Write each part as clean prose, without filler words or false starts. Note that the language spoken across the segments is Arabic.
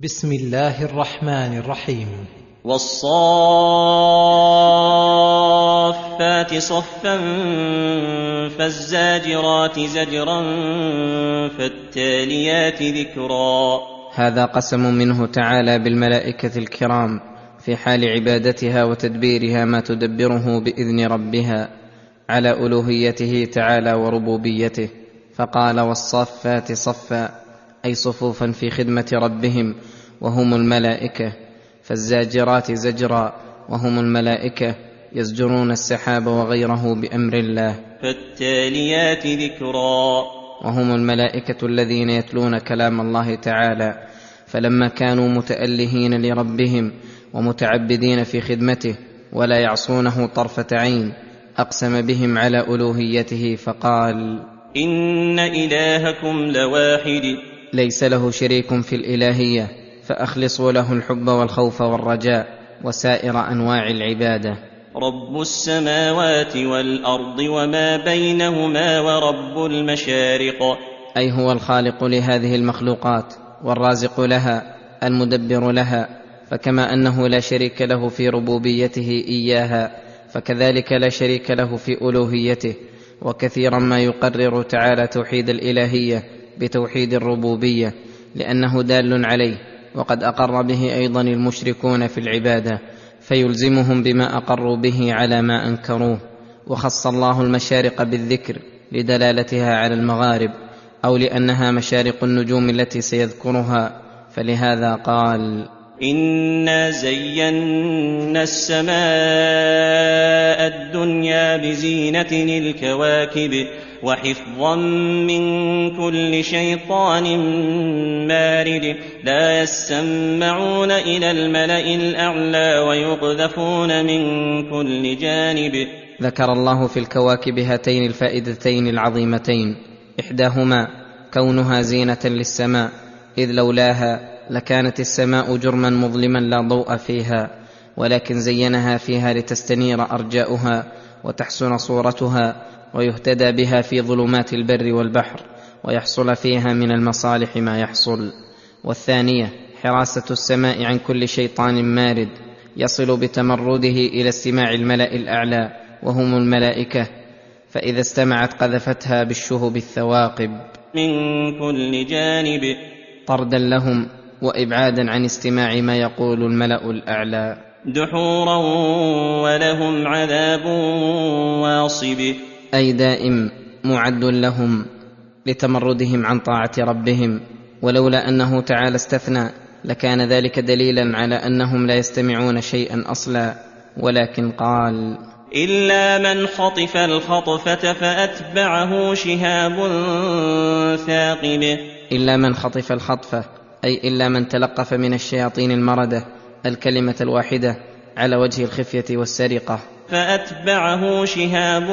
بسم الله الرحمن الرحيم. والصافات صفا فالزاجرات زجرا فالتاليات ذكرا. هذا قسم منه تعالى بالملائكة الكرام في حال عبادتها وتدبيرها ما تدبره بإذن ربها على ألوهيته تعالى وربوبيته، فقال والصافات صفا، أي صفوفا في خدمة ربهم وهم الملائكة، فالزاجرات زجرا وهم الملائكة يزجرون السحاب وغيره بأمر الله، فالتاليات ذكرا وهم الملائكة الذين يتلون كلام الله تعالى، فلما كانوا متألهين لربهم ومتعبدين في خدمته ولا يعصونه طرفة عين أقسم بهم على ألوهيته فقال إن إلهكم لواحد ليس له شريك في الإلهية، فأخلصوا له الحب والخوف والرجاء وسائر أنواع العبادة. رب السماوات والأرض وما بينهما ورب المشارق، أي هو الخالق لهذه المخلوقات والرازق لها المدبر لها، فكما أنه لا شريك له في ربوبيته إياها فكذلك لا شريك له في ألوهيته. وكثيرا ما يقرر تعالى توحيد الإلهية بتوحيد الربوبية لأنه دال عليه، وقد أقر به أيضا المشركون في العبادة، فيلزمهم بما أقروا به على ما أنكروه. وخص الله المشارق بالذكر لدلالتها على المغارب أو لأنها مشارق النجوم التي سيذكرها، فلهذا قال إنا زينا السماء الدنيا بزينة الكواكب وحفظا من كل شيطان مارد لا يسمعون إلى الملأ الأعلى ويقذفون من كل جانب. ذكر الله في الكواكب هاتين الفائدتين العظيمتين، إحداهما كونها زينة للسماء، إذ لولاها لكانت السماء جرما مظلما لا ضوء فيها، ولكن زينها فيها لتستنير أرجاؤها وتحسن صورتها ويهتدى بها في ظلمات البر والبحر ويحصل فيها من المصالح ما يحصل. والثانية حراسة السماء عن كل شيطان مارد يصل بتمرده إلى استماع الملأ الأعلى وهم الملائكة، فإذا استمعت قذفتها بالشهب الثواقب من كل جانب طردا لهم وإبعادا عن استماع ما يقول الملأ الأعلى دحورا ولهم عذاب واصب، أي دائم معد لهم لتمردهم عن طاعة ربهم. ولولا أنه تعالى استثنى لكان ذلك دليلا على أنهم لا يستمعون شيئا أصلا، ولكن قال إلا من خطف الخطفة فأتبعه شهاب ثاقب، إلا من خطف الخطفة، أي إلا من تلقف من الشياطين المردة الكلمة الواحدة على وجه الخفية والسرقة، فأتبعه شهاب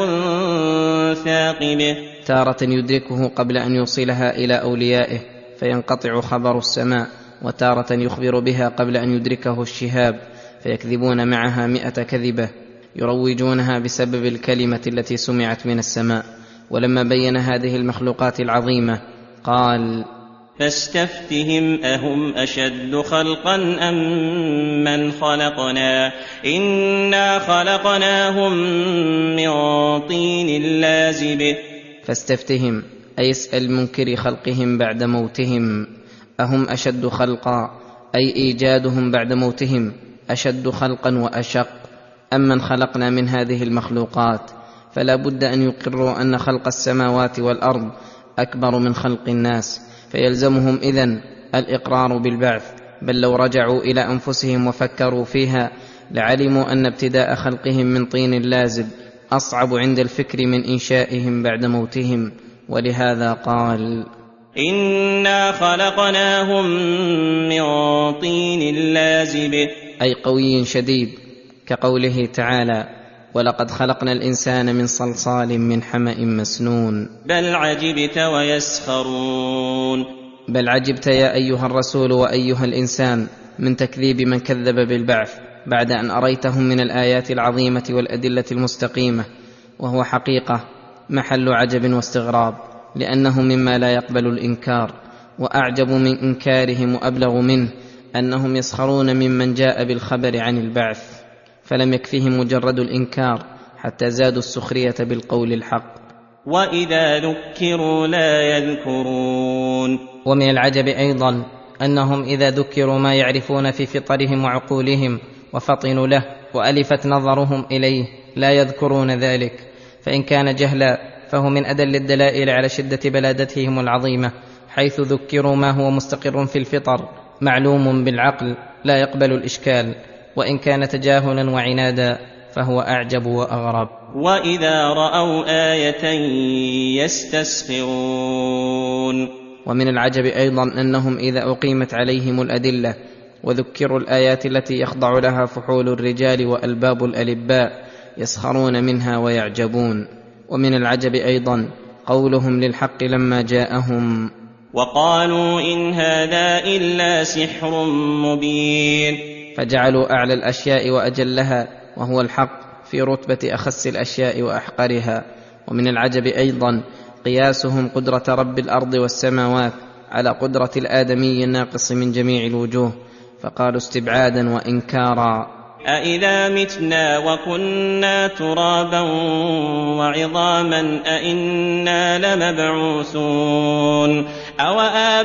ثاقب، تارة يدركه قبل أن يوصلها إلى أوليائه فينقطع خبر السماء، وتارة يخبر بها قبل أن يدركه الشهاب فيكذبون معها 100 كذبة يروجونها بسبب الكلمة التي سمعت من السماء. ولما بين هذه المخلوقات العظيمة قال فاستفتهم أهم أشد خلقا أم من خلقنا إنا خلقناهم من طين لازب. فاستفتهم أي اسأل منكر خلقهم بعد موتهم، أهم أشد خلقا أي إيجادهم بعد موتهم أشد خلقا وأشق أم من خلقنا من هذه المخلوقات، فلا بد أن يقروا أن خلق السماوات والأرض أكبر من خلق الناس، فيلزمهم إذن الإقرار بالبعث. بل لو رجعوا إلى أنفسهم وفكروا فيها لعلموا أن ابتداء خلقهم من طين لازب أصعب عند الفكر من إنشائهم بعد موتهم. ولهذا قال إنا خلقناهم من طين لازب، أي قوي شديد، كقوله تعالى ولقد خلقنا الإنسان من صلصال من حمأ مسنون. بل عجبت ويسخرون، بل عجبت يا أيها الرسول وأيها الإنسان من تكذيب من كذب بالبعث بعد أن أريتهم من الآيات العظيمة والأدلة المستقيمة، وهو حقيقة محل عجب واستغراب، لأنه مما لا يقبل الإنكار، وأعجب من إنكارهم وأبلغ منه أنهم يسخرون ممن جاء بالخبر عن البعث، فلم يكفهم مجرد الإنكار حتى زادوا السخرية بالقول الحق. وإذا ذكروا لا يذكرون. ومن العجب أيضا أنهم إذا ذكروا ما يعرفون في فطرهم وعقولهم وفطنوا له وألفت نظرهم إليه لا يذكرون ذلك، فإن كان جهلا فهو من أدل الدلائل على شدة بلادتهم العظيمة، حيث ذكروا ما هو مستقر في الفطر معلوم بالعقل لا يقبل الإشكال، وإن كان تجاهلا وعنادا فهو أعجب وأغرب. وإذا رأوا آية يستسخرون. ومن العجب أيضا أنهم إذا أقيمت عليهم الأدلة وذكروا الآيات التي يخضع لها فحول الرجال وألباب الألباء يسخرون منها ويعجبون. ومن العجب أيضا قولهم للحق لما جاءهم: وقالوا إن هذا إلا سحر مبين. فجعلوا أعلى الأشياء وأجلها وهو الحق في رتبة أخس الأشياء وأحقرها. ومن العجب أيضا قياسهم قدرة رب الأرض والسماوات على قدرة الآدمي الناقص من جميع الوجوه، فقالوا استبعادا وإنكارا: أإذا متنا وكنا ترابا وعظاما أإنا لمبعوثون أو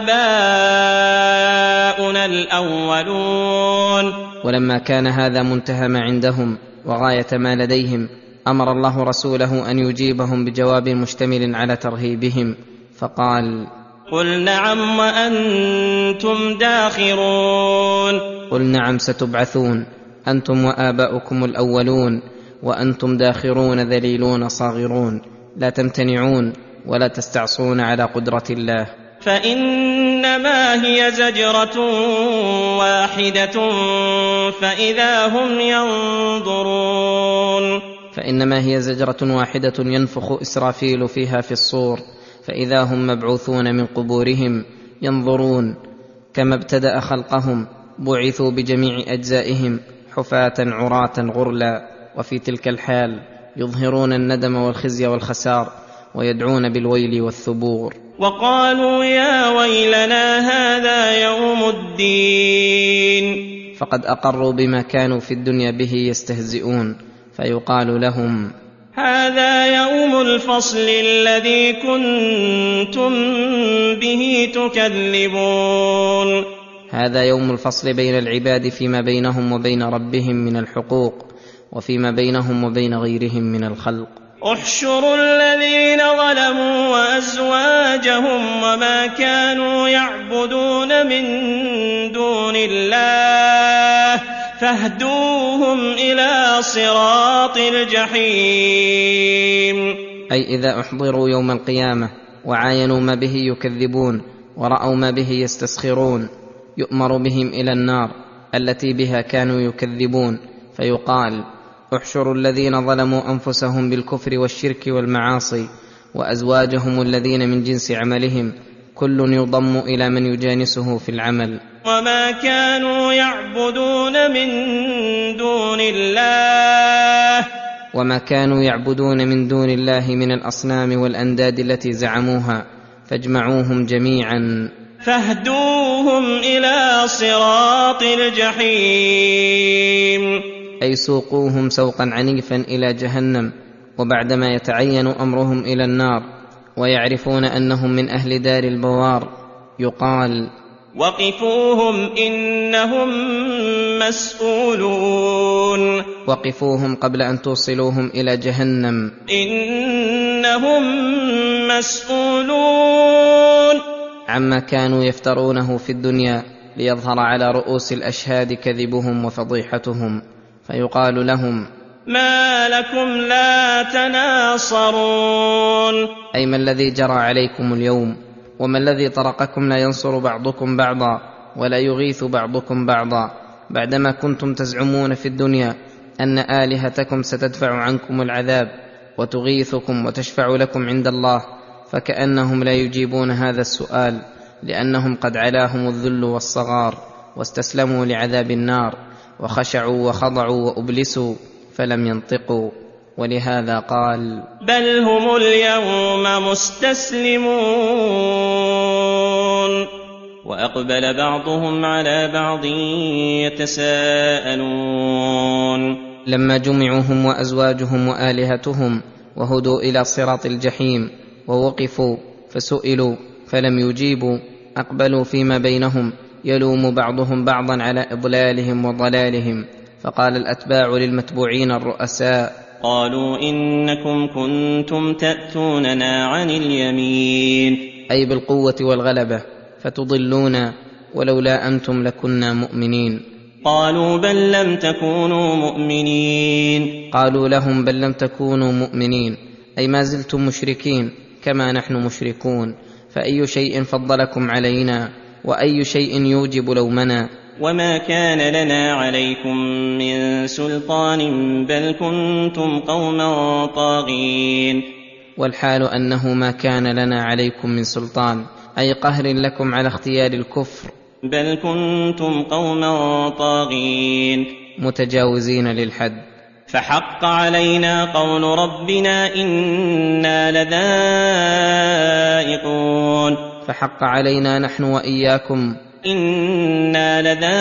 آباؤنا الأولون. ولما كان هذا منتهى ما عندهم وغاية ما لديهم، أمر الله رسوله أن يجيبهم بجواب مشتمل على ترهيبهم، فقال: قل نعم وأنتم داخرون. قل نعم ستبعثون أنتم وآباؤكم الأولون، وأنتم داخرون ذليلون صاغرون، لا تمتنعون ولا تستعصون على قدرة الله. فإنما هي زجرة واحدة فإذا هم ينظرون. فإنما هي زجرة واحدة ينفخ إسرافيل فيها في الصور، فإذا هم مبعوثون من قبورهم ينظرون. كما ابتدأ خلقهم بعثوا بجميع أجزائهم حفاة عراة غرلا، وفي تلك الحال يظهرون الندم والخزي والخسار ويدعون بالويل والثبور. وقالوا يا ويلنا هذا يوم الدين. فقد أقروا بما كانوا في الدنيا به يستهزئون، فيقال لهم: هذا يوم الفصل الذي كنتم به تكذبون. هذا يوم الفصل بين العباد فيما بينهم وبين ربهم من الحقوق، وفيما بينهم وبين غيرهم من الخلق. احشروا الذين ظلموا وأزواجهم وما كانوا يعبدون من دون الله فاهدوهم إلى صراط الجحيم. أي إذا أحضروا يوم القيامة وعاينوا ما به يكذبون ورأوا ما به يستسخرون، يؤمر بهم إلى النار التي بها كانوا يكذبون، فيقال: احشروا الذين ظلموا أنفسهم بالكفر والشرك والمعاصي وأزواجهم الذين من جنس عملهم، كل يضم إلى من يجانسه في العمل. وما كانوا يعبدون من دون الله وما كانوا يعبدون من دون الله من الأصنام والأنداد التي زعموها، فاجمعوهم جميعا فاهدوهم إلى صراط الجحيم. أي سوقوهم سوقا عنيفا إلى جهنم، وبعدما يتعين أمرهم إلى النار ويعرفون أنهم من أهل دار البوار يقال: وقفوهم إنهم مسؤولون. وقفوهم قبل أن توصلوهم إلى جهنم، إنهم مسؤولون عما كانوا يفترونه في الدنيا ليظهر على رؤوس الأشهاد كذبهم وفضيحتهم، فيقال لهم: ما لكم لا تناصرون. أي ما الذي جرى عليكم اليوم؟ وما الذي طرقكم لا ينصر بعضكم بعضا ولا يغيث بعضكم بعضا، بعدما كنتم تزعمون في الدنيا أن آلهتكم ستدفع عنكم العذاب وتغيثكم وتشفع لكم عند الله؟ فكأنهم لا يجيبون هذا السؤال، لأنهم قد علاهم الذل والصغار واستسلموا لعذاب النار، وخشعوا وخضعوا وأبلسوا فلم ينطقوا. ولهذا قال: بل هم اليوم مستسلمون. وأقبل بعضهم على بعض يتساءلون. لما جمعوا هم وأزواجهم وآلهتهم وهدوا إلى صراط الجحيم ووقفوا فسئلوا فلم يجيبوا، أقبلوا فيما بينهم يلوم بعضهم بعضا على إضلالهم وضلالهم. فقال الأتباع للمتبوعين الرؤساء: قالوا إنكم كنتم تأتوننا عن اليمين، أي بالقوة والغلبة، فتضلونا، ولولا أنتم لكنا مؤمنين. قالوا بل لم تكونوا مؤمنين. قالوا لهم: بل لم تكونوا مؤمنين، أي ما زلتم مشركين كما نحن مشركون، فأي شيء فضلكم علينا، وأي شيء يوجب لومنا؟ وما كان لنا عليكم من سلطان بل كنتم قوما طاغين. والحال أنه ما كان لنا عليكم من سلطان، أي قهر لكم على اختيار الكفر، بل كنتم قوما طاغين متجاوزين للحد. فحق علينا قول ربنا إنا لذائقون. فحق علينا نحن وإياكم، إنا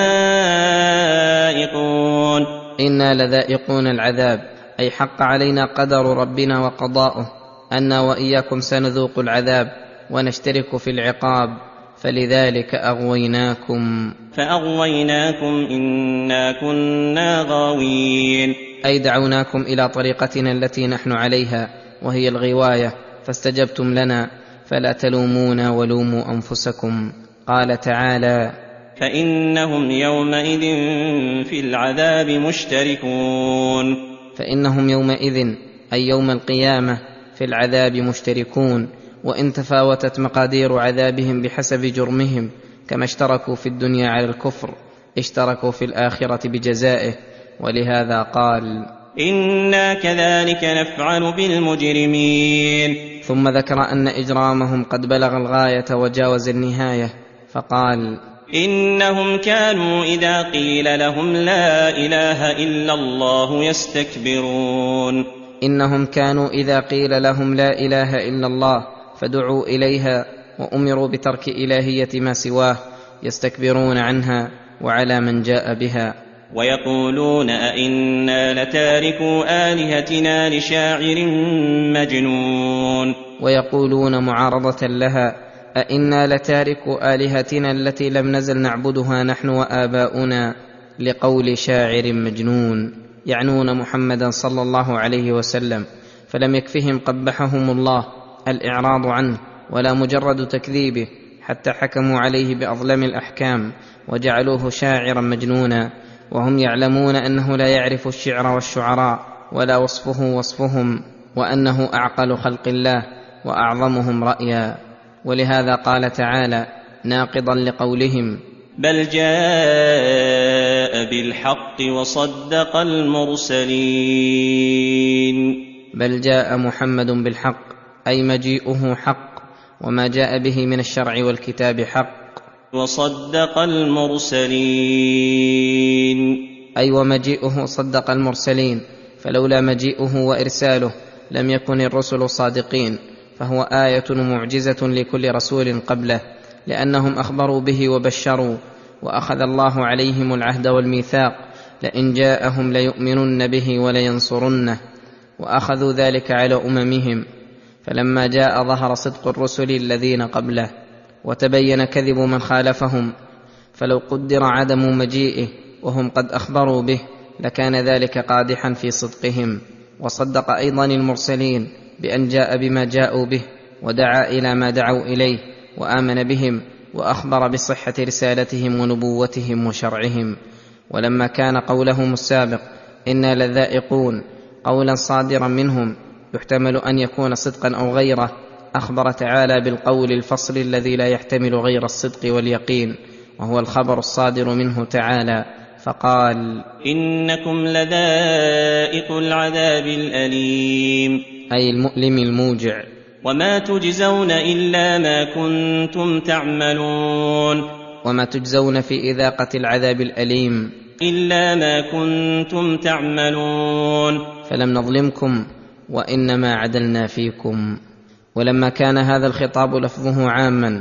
لذائقون، إنا لذائقون العذاب، أي حق علينا قدر ربنا وقضاؤه أنا وإياكم سنذوق العذاب ونشترك في العقاب، فلذلك أغويناكم. فأغويناكم إنا كنا غاوين، أي دعوناكم إلى طريقتنا التي نحن عليها وهي الغواية، فاستجبتم لنا، فلا تلومونا ولوموا أنفسكم. قال تعالى: فإنهم يومئذ في العذاب مشتركون. فإنهم يومئذ، أي يوم القيامة، في العذاب مشتركون، وإن تفاوتت مقادير عذابهم بحسب جرمهم، كما اشتركوا في الدنيا على الكفر اشتركوا في الآخرة بجزائه. ولهذا قال: إنا كذلك نفعل بالمجرمين. ثم ذكر أن إجرامهم قد بلغ الغاية وجاوز النهاية، فقال: إنهم كانوا إذا قيل لهم لا إله إلا الله يستكبرون. إنهم كانوا إذا قيل لهم لا إله إلا الله فدعوا إليها وأمروا بترك إلهية ما سواه يستكبرون عنها وعلى من جاء بها. ويقولون أئنا لتاركوا آلهتنا لشاعر مجنون. ويقولون معارضة لها: أئنا لتاركوا آلهتنا التي لم نزل نعبدها نحن وآباؤنا لقول شاعر مجنون، يعنون محمدا صلى الله عليه وسلم، فلم يكفهم قبحهم الله الإعراض عنه ولا مجرد تكذيبه، حتى حكموا عليه بأظلم الأحكام وجعلوه شاعرا مجنونا، وهم يعلمون أنه لا يعرف الشعر والشعراء ولا وصفه وصفهم، وأنه أعقل خلق الله وأعظمهم رأيا. ولهذا قال تعالى ناقضا لقولهم: بل جاء بالحق وصدق المرسلين. بل جاء محمد بالحق، أي مجيئه حق، وما جاء به من الشرع والكتاب حق. وصدق المرسلين، أي ومجيئه صدق المرسلين، فلولا مجيئه وإرساله لم يكن الرسل صادقين، فهو آية ومعجزة لكل رسول قبله، لأنهم أخبروا به وبشروا، وأخذ الله عليهم العهد والميثاق لئن جاءهم ليؤمنن به ولينصرنه، وأخذوا ذلك على أممهم. فلما جاء ظهر صدق الرسل الذين قبله وتبين كذب من خالفهم، فلو قدر عدم مجيئه وهم قد أخبروا به لكان ذلك قادحا في صدقهم. وصدق أيضا المرسلين بأن جاء بما جاءوا به ودعا إلى ما دعوا إليه وآمن بهم وأخبر بصحة رسالتهم ونبوتهم وشرعهم. ولما كان قولهم السابق إنا لذائقون قولا صادرا منهم يحتمل أن يكون صدقا أو غيره، أخبر تعالى بالقول الفصل الذي لا يحتمل غير الصدق واليقين، وهو الخبر الصادر منه تعالى، فقال: إنكم لذائق العذاب الأليم، أي المؤلم الموجع. وما تجزون إلا ما كنتم تعملون. وما تجزون في إذاقة العذاب الأليم إلا ما كنتم تعملون، فلم نظلمكم وإنما عدلنا فيكم. ولما كان هذا الخطاب لفظه عاما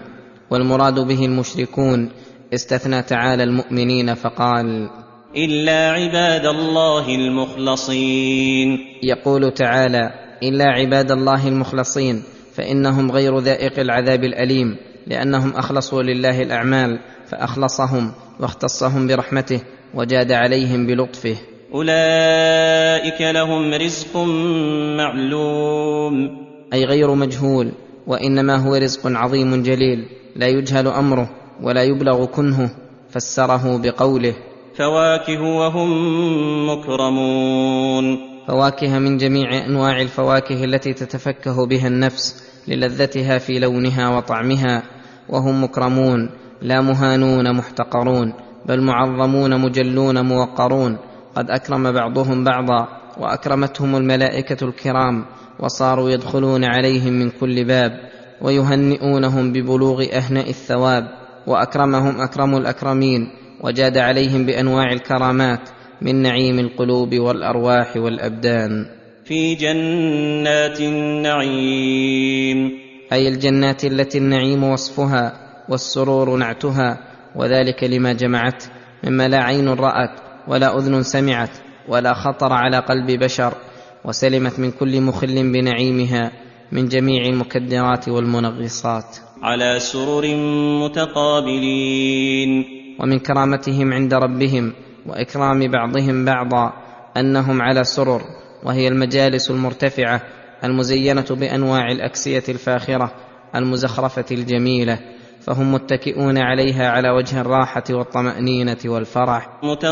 والمراد به المشركون. استثنى تعالى المؤمنين فقال: إلا عباد الله المخلصين. يقول تعالى: إلا عباد الله المخلصين، فإنهم غير ذائق العذاب الأليم، لأنهم أخلصوا لله الأعمال فأخلصهم واختصهم برحمته وجاد عليهم بلطفه. أولئك لهم رزق معلوم، أي غير مجهول، وإنما هو رزق عظيم جليل لا يجهل أمره ولا يبلغ كنهه. فسره بقوله: فواكه وهم مكرمون. فواكه من جميع أنواع الفواكه التي تتفكه بها النفس للذتها في لونها وطعمها، وهم مكرمون لا مهانون محتقرون، بل معظمون مجلون موقرون. قد أكرم بعضهم بعضا، وأكرمتهم الملائكة الكرام، وصاروا يدخلون عليهم من كل باب ويهنئونهم ببلوغ أهنأ الثواب. وأكرمهم أكرم الأكرمين، وجاد عليهم بأنواع الكرامات من نعيم القلوب والأرواح والأبدان. في جنات النعيم، أي الجنات التي النعيم وصفها والسرور نعتها، وذلك لما جمعت مما لا عين رأت ولا أذن سمعت ولا خطر على قلب بشر، وسلمت من كل مخل بنعيمها من جميع المكدرات والمنغصات، على سرر متقابلين. ومن كرامتهم عند ربهم وإكرام بعضهم بعضا أنهم على سرر، وهي المجالس المرتفعة المزينة بأنواع الأكسية الفاخرة المزخرفة الجميلة، فهم متكئون عليها على وجه الراحة والطمأنينة والفرح،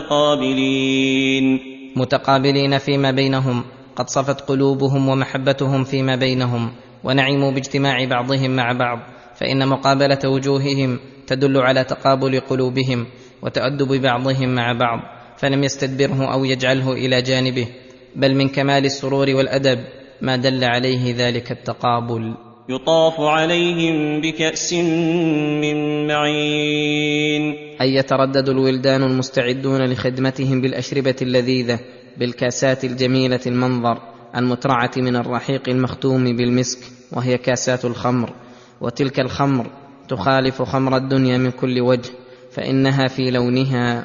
متقابلين فيما بينهم، قد صفت قلوبهم ومحبتهم فيما بينهم، ونعموا باجتماع بعضهم مع بعض، فإن مقابلة وجوههم تدل على تقابل قلوبهم وتأدب بعضهم مع بعض، فلم يستدبره أو يجعله إلى جانبه، بل من كمال السرور والأدب ما دل عليه ذلك التقابل. يطاف عليهم بكأس من معين، أي يتردد الولدان المستعدون لخدمتهم بالأشربة اللذيذة بالكاسات الجميلة المنظر المترعة من الرحيق المختوم بالمسك، وهي كاسات الخمر. وتلك الخمر تخالف خمر الدنيا من كل وجه، فإنها في لونها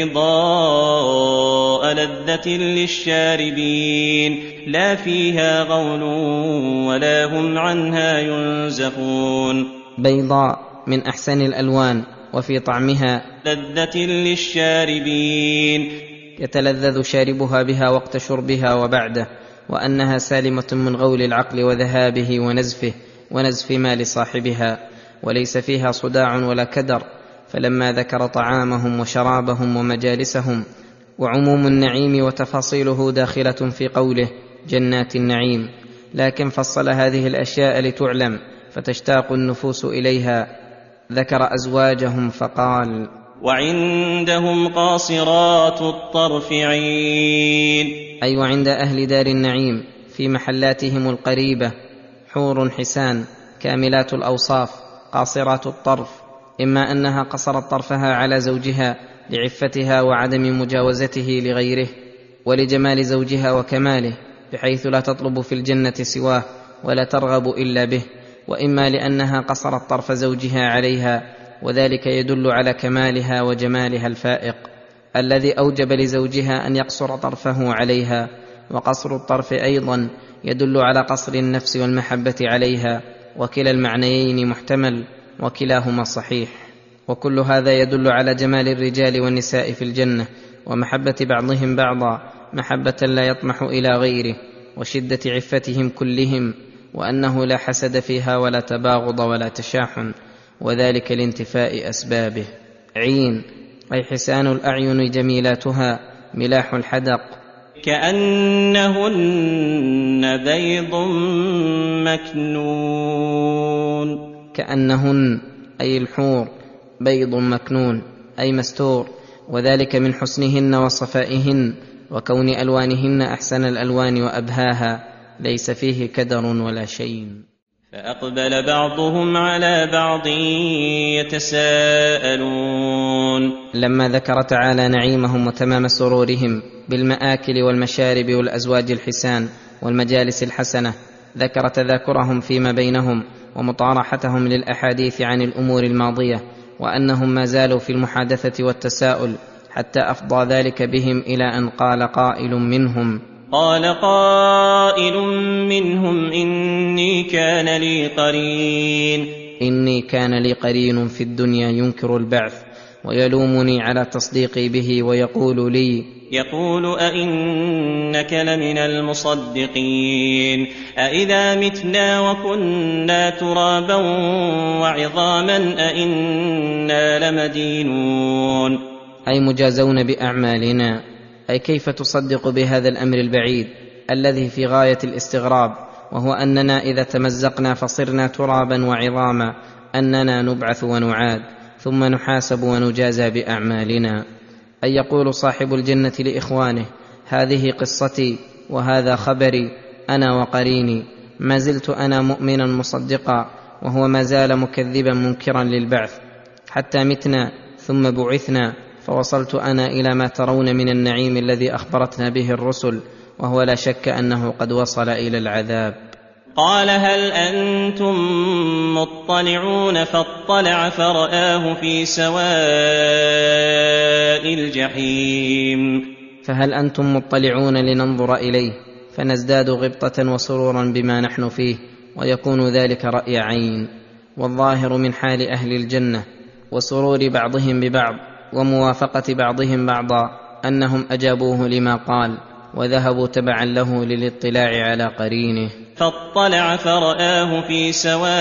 بيضاء لذة للشاربين، لا فيها غول ولا هم عنها ينزفون. بيضاء من أحسن الألوان، وفي طعمها لذة للشاربين، يتلذذ شاربها بها وقت شربها وبعده، وأنها سالمة من غول العقل وذهابه ونزف ما لصاحبها، وليس فيها صداع ولا كدر. فلما ذكر طعامهم وشرابهم ومجالسهم وعموم النعيم وتفاصيله داخلة في قوله جنات النعيم، لكن فصل هذه الأشياء لتعلم فتشتاق النفوس إليها. ذكر أزواجهم فقال: وعندهم قاصرات الطرف عين، أي وعند أهل دار النعيم في محلاتهم القريبة حور حسان كاملات الأوصاف قاصرات الطرف، إما أنها قصرت طرفها على زوجها لعفتها وعدم مجاوزته لغيره ولجمال زوجها وكماله، بحيث لا تطلب في الجنة سواه ولا ترغب إلا به، وإما لأنها قصرت طرف زوجها عليها، وذلك يدل على كمالها وجمالها الفائق الذي أوجب لزوجها أن يقصر طرفه عليها. وقصر الطرف أيضا يدل على قصر النفس والمحبة عليها، وكلا المعنيين محتمل وكلاهما صحيح. وكل هذا يدل على جمال الرجال والنساء في الجنة، ومحبة بعضهم بعضا محبة لا يطمح إلى غيره، وشدة عفتهم كلهم، وأنه لا حسد فيها ولا تباغض ولا تشاحن، وذلك لانتفاء أسبابه. عين أي حسان الأعين جميلاتها ملاح الحدق، كأنهن بيض مكنون، كأنهن أي الحور بيض مكنون أي مستور، وذلك من حسنهن وصفائهن وكون ألوانهن أحسن الألوان وأبهاها، ليس فيه كدر ولا شيء. فأقبل بعضهم على بعض يتساءلون. لما ذكر تعالى نعيمهم وتمام سرورهم بالمآكل والمشارب والأزواج الحسان والمجالس الحسنة، ذكر تذاكرهم فيما بينهم ومطارحتهم للأحاديث عن الأمور الماضية، وأنهم ما زالوا في المحادثة والتساؤل، حتى أفضى ذلك بهم إلى أن قال قائل منهم إني كان لي قرين في الدنيا ينكر البعث ويلومني على تصديقي به، ويقول أئنك لمن المصدقين أئذا متنا وكنا ترابا وعظاما أئنا لمدينون، أي مجازون بأعمالنا. أي كيف تصدق بهذا الأمر البعيد الذي في غاية الاستغراب، وهو أننا إذا تمزقنا فصرنا ترابا وعظاما أننا نبعث ونعاد ثم نحاسب ونجازى بأعمالنا. أي يقول صاحب الجنة لإخوانه: هذه قصتي وهذا خبري أنا وقريني، ما زلت أنا مؤمنا مصدقا، وهو ما زال مكذبا منكرا للبعث، حتى متنا ثم بعثنا، فوصلت أنا إلى ما ترون من النعيم الذي أخبرتنا به الرسل، وهو لا شك أنه قد وصل إلى العذاب. قال: هل أنتم مطلعون؟ فاطلع فرآه في سواء الجحيم. فهل أنتم مطلعون لننظر إليه فنزداد غبطة وسرورا بما نحن فيه، ويكون ذلك رأي عين. والظاهر من حال أهل الجنة وسرور بعضهم ببعض وموافقة بعضهم بعضا أنهم أجابوه لما قال، وذهبوا تبعا له للاطلاع على قرينه. فاطلع فرآه في سواء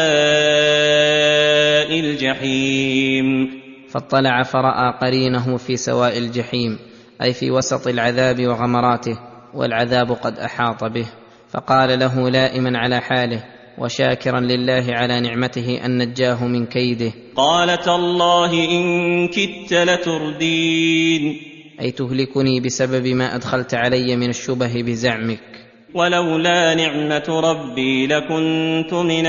الجحيم. فاطلع فرأى قرينه في سواء الجحيم، أي في وسط العذاب وغمراته، والعذاب قد أحاط به، فقال له لائما على حاله وشاكرا لله على نعمته أن نجاه من كيده: قال: تالله إن كدت لتردين. أي تهلكني بسبب ما أدخلت علي من الشبه بزعمك. ولولا نعمة ربي لكنت من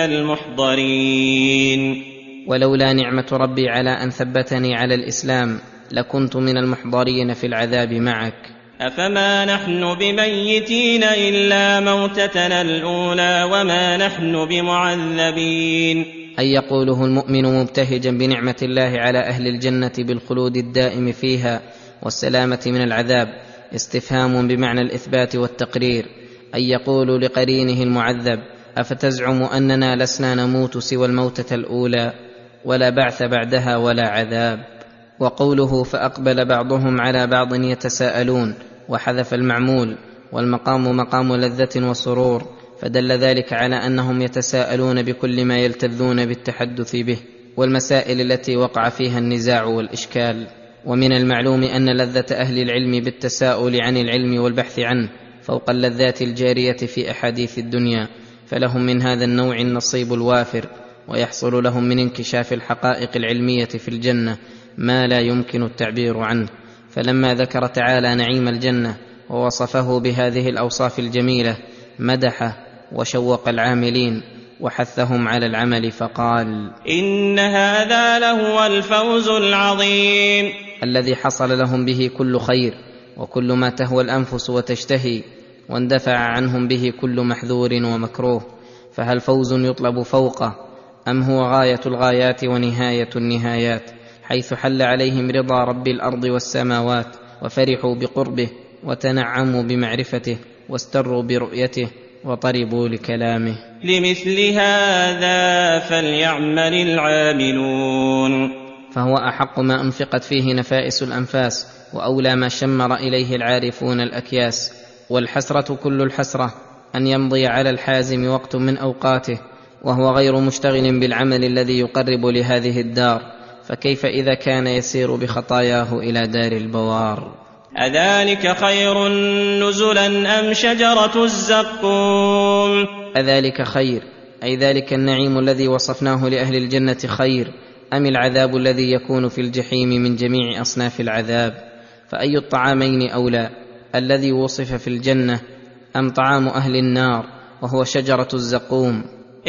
المحضرين. ولولا نعمة ربي على أن ثبتني على الإسلام لكنت من المحضرين في العذاب معك. أفما نحن بميتين إلا موتتنا الأولى وما نحن بمعذبين. أي يقوله المؤمن مبتهجا بنعمة الله على أهل الجنة بالخلود الدائم فيها والسلامة من العذاب، استفهام بمعنى الإثبات والتقرير. أي يقول لقرينه المعذب: أفتزعم أننا لسنا نموت سوى الموتة الأولى ولا بعث بعدها ولا عذاب. وقوله فأقبل بعضهم على بعض يتساءلون، وحذف المعمول، والمقام مقام لذة وسرور، فدل ذلك على أنهم يتساءلون بكل ما يلتذون بالتحدث به والمسائل التي وقع فيها النزاع والإشكال. ومن المعلوم أن لذة أهل العلم بالتساؤل عن العلم والبحث عنه فوق اللذات الجارية في أحاديث الدنيا، فلهم من هذا النوع النصيب الوافر، ويحصل لهم من انكشاف الحقائق العلمية في الجنة ما لا يمكن التعبير عنه. فلما ذكر تعالى نعيم الجنة ووصفه بهذه الأوصاف الجميلة مدحه وشوق العاملين وحثهم على العمل، فقال: إن هذا لهو الفوز العظيم، الذي حصل لهم به كل خير وكل ما تهوى الأنفس وتشتهي، واندفع عنهم به كل محذور ومكروه. فهل فوز يطلب فوقه، أم هو غاية الغايات ونهاية النهايات، حيث حل عليهم رضا رب الأرض والسماوات، وفرحوا بقربه وتنعموا بمعرفته واستروا برؤيته وطربوا لكلامه. لمثل هذا فليعمل العاملون. فهو أحق ما أنفقت فيه نفائس الأنفاس، وأولى ما شمر إليه العارفون الأكياس. والحسرة كل الحسرة أن يمضي على الحازم وقت من أوقاته وهو غير مشتغل بالعمل الذي يقرب لهذه الدار، فكيف إذا كان يسير بخطاياه إلى دار البوار؟ أذلك خير نزلا أم شجرة الزقوم؟ أذلك خير، أي ذلك النعيم الذي وصفناه لأهل الجنة خير، أم العذاب الذي يكون في الجحيم من جميع أصناف العذاب؟ فأي الطعامين أولى، الذي وصف في الجنة أم طعام أهل النار وهو شجرة الزقوم؟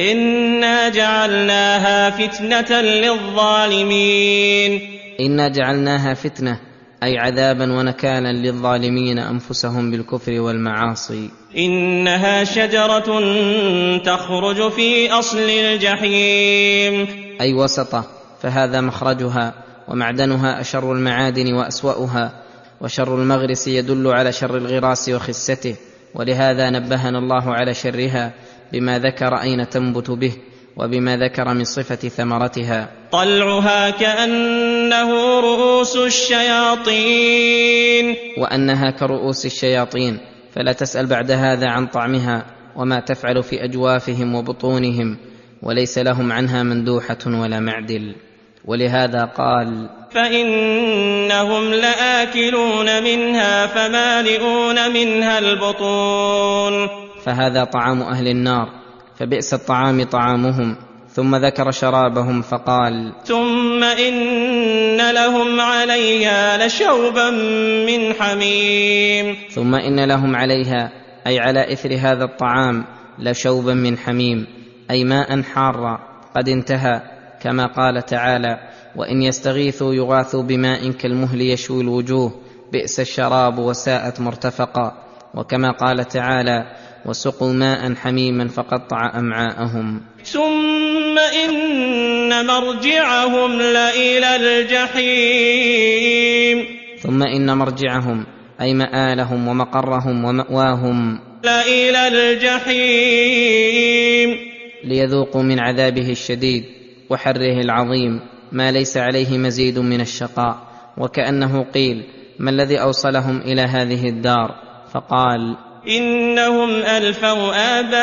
إنا جعلناها فتنة للظالمين. إنا جعلناها فتنة، أي عذابا ونكالا للظالمين أنفسهم بالكفر والمعاصي. إنها شجرة تخرج في أصل الجحيم، أي وسطه، فهذا مخرجها، ومعدنها أشر المعادن وأسوأها، وشر المغرس يدل على شر الغراس وخسته، ولهذا نبهنا الله على شرها بما ذكر أين تنبت به، وبما ذكر من صفة ثمرتها. طلعها كأنه رؤوس الشياطين، وأنها كرؤوس الشياطين، فلا تسأل بعد هذا عن طعمها وما تفعل في أجوافهم وبطونهم، وليس لهم عنها مندوحة ولا معدل. ولهذا قال: فإنهم لآكلون منها فمالئون منها البطون. فهذا طعام أهل النار، فبئس الطعام طعامهم. ثم ذكر شرابهم فقال: ثم إن لهم عليها لشوبا من حميم. ثم إن لهم عليها، أي على إثر هذا الطعام، لشوبا من حميم، أي ماء حارا قد انتهى، كما قال تعالى: وإن يستغيثوا يغاثوا بماء كالمهل يشوي الوجوه بئس الشراب وساءت مرتفقا. وكما قال تعالى: وسقوا ماء حميما فقطع أمعاءهم. ثم إن مرجعهم لإلى الجحيم. ثم إن مرجعهم، أي مآلهم ومقرهم ومأواهم، لإلى الجحيم، ليذوقوا من عذابه الشديد وحره العظيم ما ليس عليه مزيد من الشقاء. وكأنه قيل: ما الذي أوصلهم إلى هذه الدار؟ فقال: إنهم ألفوا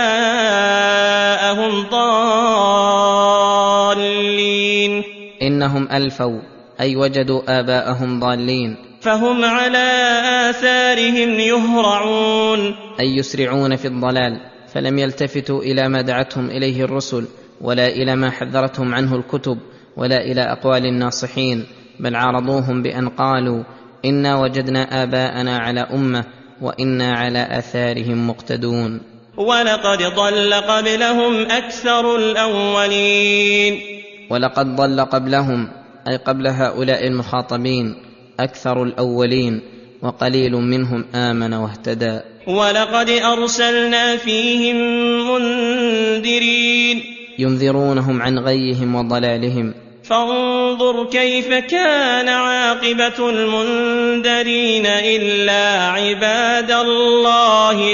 آباءهم ضالين. إنهم ألفوا، أي وجدوا آباءهم ضالين، فهم على آثارهم يهرعون، أي يسرعون في الضلال، فلم يلتفتوا إلى ما دعتهم إليه الرسل، ولا إلى ما حذرتهم عنه الكتب، ولا إلى أقوال الناصحين، بل عارضوهم بأن قالوا: إنا وجدنا آباءنا على أمة وإنا على آثارهم مقتدون. ولقد ضل قبلهم أكثر الأولين. ولقد ضل قبلهم، أي قبل هؤلاء المخاطبين، أكثر الأولين، وقليل منهم آمن واهتدى. ولقد أرسلنا فيهم منذرين، ينذرونهم عن غيهم وضلالهم. فانظر كيف كان عاقبة المنذرين إلا عباد الله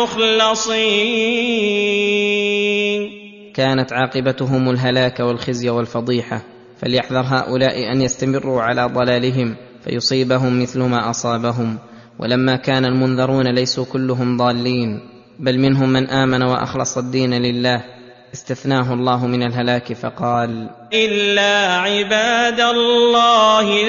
المخلصين. كانت عاقبتهم الهلاك والخزي والفضيحة، فليحذر هؤلاء أن يستمروا على ضلالهم فيصيبهم مثل ما أصابهم. ولما كان المنذرون ليسوا كلهم ضالين، بل منهم من آمن وأخلص الدين لله، استثناه الله من الهلاك فقال: إلا عباد الله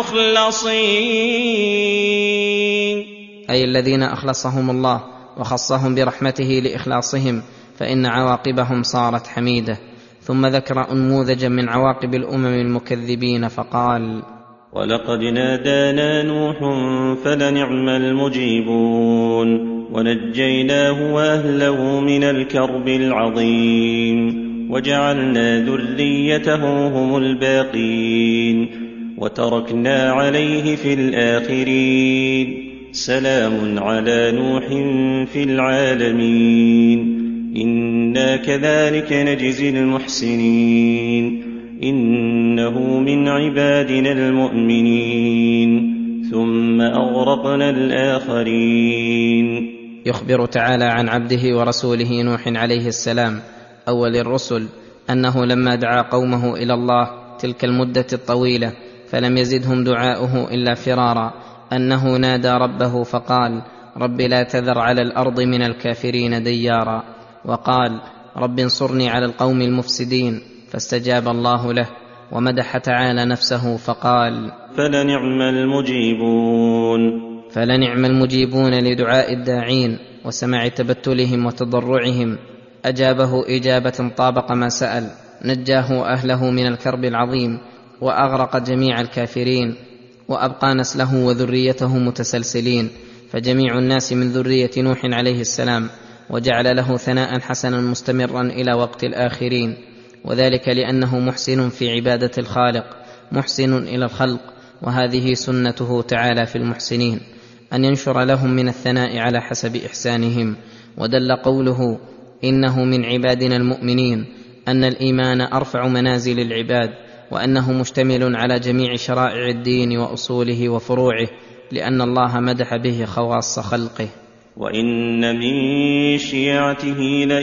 المخلصين، أي الذين أخلصهم الله وخصهم برحمته لإخلاصهم، فإن عواقبهم صارت حميدة. ثم ذكر أنموذجا من عواقب الأمم المكذبين فقال: ولقد نادانا نوح فلنعم المجيبون ونجيناه وأهله من الكرب العظيم وجعلنا ذريته هم الباقين وتركنا عليه في الآخرين سلام على نوح في العالمين إنا كذلك نجزي المحسنين إنه من عبادنا المؤمنين ثم أغرقنا الآخرين. يخبر تعالى عن عبده ورسوله نوح عليه السلام أول الرسل أنه لما دعا قومه إلى الله تلك المدة الطويلة فلم يزدهم دعاؤه إلا فرارا، أنه نادى ربه فقال: رب لا تذر على الأرض من الكافرين ديارا، وقال: رب انصرني على القوم المفسدين، فاستجاب الله له. ومدح تعالى نفسه فقال: فلنعم المجيبون لدعاء الداعين وسماع تبتلهم وتضرعهم. أجابه إجابة طابق ما سأل، نجاه أهله من الكرب العظيم وأغرق جميع الكافرين، وأبقى نسله وذريته متسلسلين، فجميع الناس من ذرية نوح عليه السلام، وجعل له ثناء حسنا مستمرا إلى وقت الآخرين، وذلك لأنه محسن في عبادة الخالق، محسن إلى الخلق، وهذه سنته تعالى في المحسنين أن ينشر لهم من الثناء على حسب إحسانهم. ودل قوله إنه من عبادنا المؤمنين أن الإيمان أرفع منازل العباد، وأنه مشتمل على جميع شرائع الدين وأصوله وفروعه، لأن الله مدح به خواص خلقه. وإن من شيعته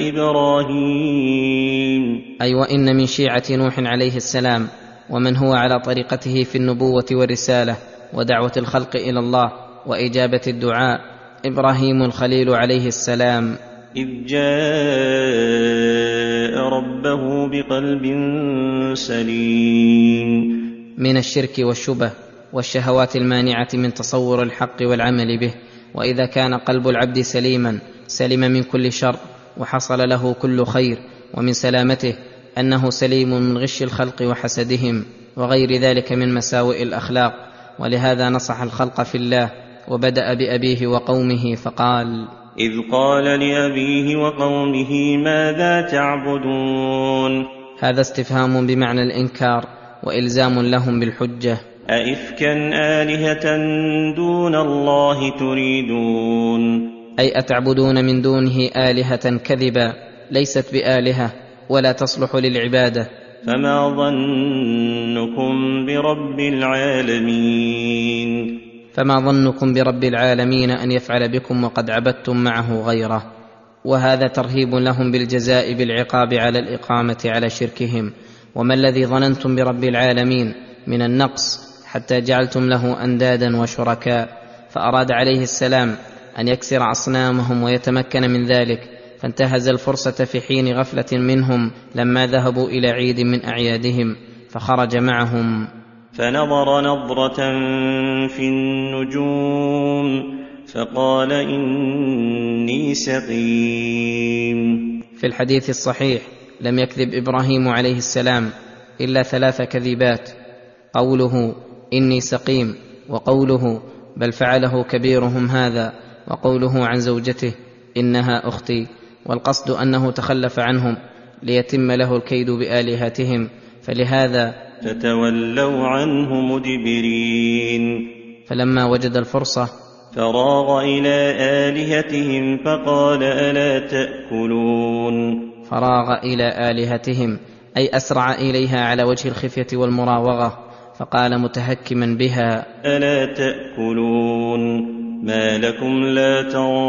لإبراهيم، أي وإن من شيعة نوح عليه السلام ومن هو على طريقته في النبوة والرسالة ودعوة الخلق إلى الله وإجابة الدعاء إبراهيم الخليل عليه السلام، إذ جاء ربه بقلب سليم من الشرك والشبه والشهوات المانعة من تصور الحق والعمل به. وإذا كان قلب العبد سليما سلم من كل شر وحصل له كل خير، ومن سلامته أنه سليم من غش الخلق وحسدهم وغير ذلك من مساوئ الأخلاق. ولهذا نصح الخلق في الله وبدأ بأبيه وقومه فقال: إذ قال لأبيه وقومه ماذا تعبدون. هذا استفهام بمعنى الإنكار وإلزام لهم بالحجة. أئفكا آلهة دون الله تريدون، أي أتعبدون من دونه آلهة كذبا ليست بآلهة ولا تصلح للعبادة. فما ظنكم برب العالمين، فما ظنكم برب العالمين أن يفعل بكم وقد عبدتم معه غيره. وهذا ترهيب لهم بالجزاء بالعقاب على الإقامة على شركهم. وما الذي ظننتم برب العالمين من النقص حتى جعلتم له أندادا وشركاء؟ فأراد عليه السلام أن يكسر أصنامهم ويتمكن من ذلك، فانتهز الفرصة في حين غفلة منهم لما ذهبوا إلى عيد من أعيادهم، فخرج معهم فنظر نظرة في النجوم فقال إني سقيم. في الحديث الصحيح لم يكذب إبراهيم عليه السلام إلا 3 كذبات: قوله إني سقيم، وقوله بل فعله كبيرهم هذا، وقوله عن زوجته إنها أختي. والقصد أنه تخلف عنهم ليتم له الكيد بآلهتهم، فلهذا فتولوا عنه مدبرين. فلما وجد الفرصة فراغ إلى آلهتهم فقال ألا تأكلون. فراغ إلى آلهتهم أي أسرع إليها على وجه الخفية والمراوغة، فقال متهكما بها: ألا تأكلون ما لكم لا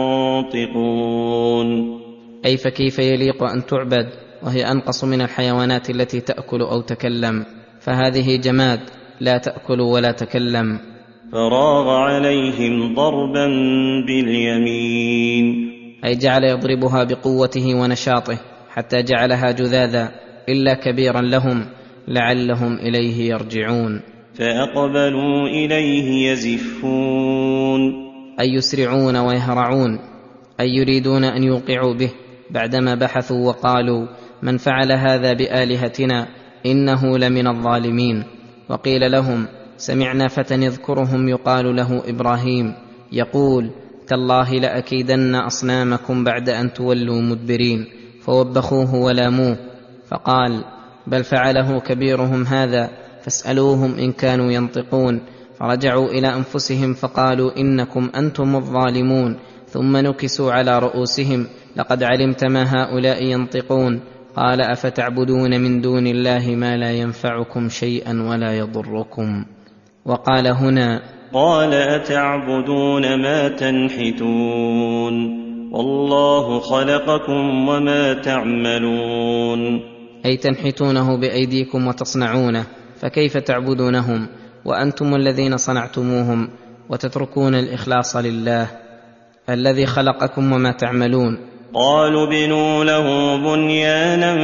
تنطقون. أي فكيف يليق أن تعبد وهي أنقص من الحيوانات التي تأكل أو تكلم؟ فهذه جماد لا تأكل ولا تكلم. فراغ عليهم ضربا باليمين، أي جعل يضربها بقوته ونشاطه حتى جعلها جذاذا إلا كبيرا لهم لعلهم إليه يرجعون. فأقبلوا إليه يزفون، أي يسرعون ويهرعون، أي يريدون أن يوقعوا به، بعدما بحثوا وقالوا: من فعل هذا بآلهتنا إنه لمن الظالمين. وقيل لهم: سمعنا فتى يذكرهم يقال له إبراهيم يقول: تالله لأكيدن أصنامكم بعد أن تولوا مدبرين. فوبخوه ولاموه، فقال: بل فعله كبيرهم هذا فاسألوهم إن كانوا ينطقون. فرجعوا إلى أنفسهم فقالوا: إنكم أنتم الظالمون. ثم نكسوا على رؤوسهم: لقد علمت ما هؤلاء ينطقون. قال: أفتعبدون من دون الله ما لا ينفعكم شيئا ولا يضركم. وقال هنا: قال أتعبدون ما تنحتون والله خلقكم وما تعملون. أي تنحتونه بأيديكم وتصنعونه، فكيف تعبدونهم وأنتم الذين صنعتموهم، وتتركون الإخلاص لله الذي خلقكم وما تعملون. قالوا ابنوا له بنيانا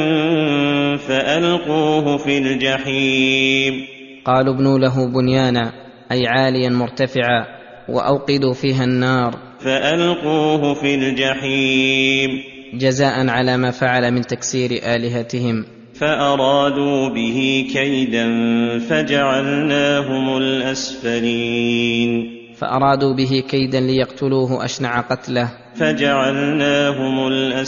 فألقوه في الجحيم. قالوا ابنوا له بنيانا أي عاليا مرتفعا، وأوقدوا فيها النار، فألقوه في الجحيم جزاء على ما فعل من تكسير آلهتهم. فأرادوا به كيدا فجعلناهم الأسفلين. فأرادوا به كيدا ليقتلوه أشنع قتله، فجعلناهم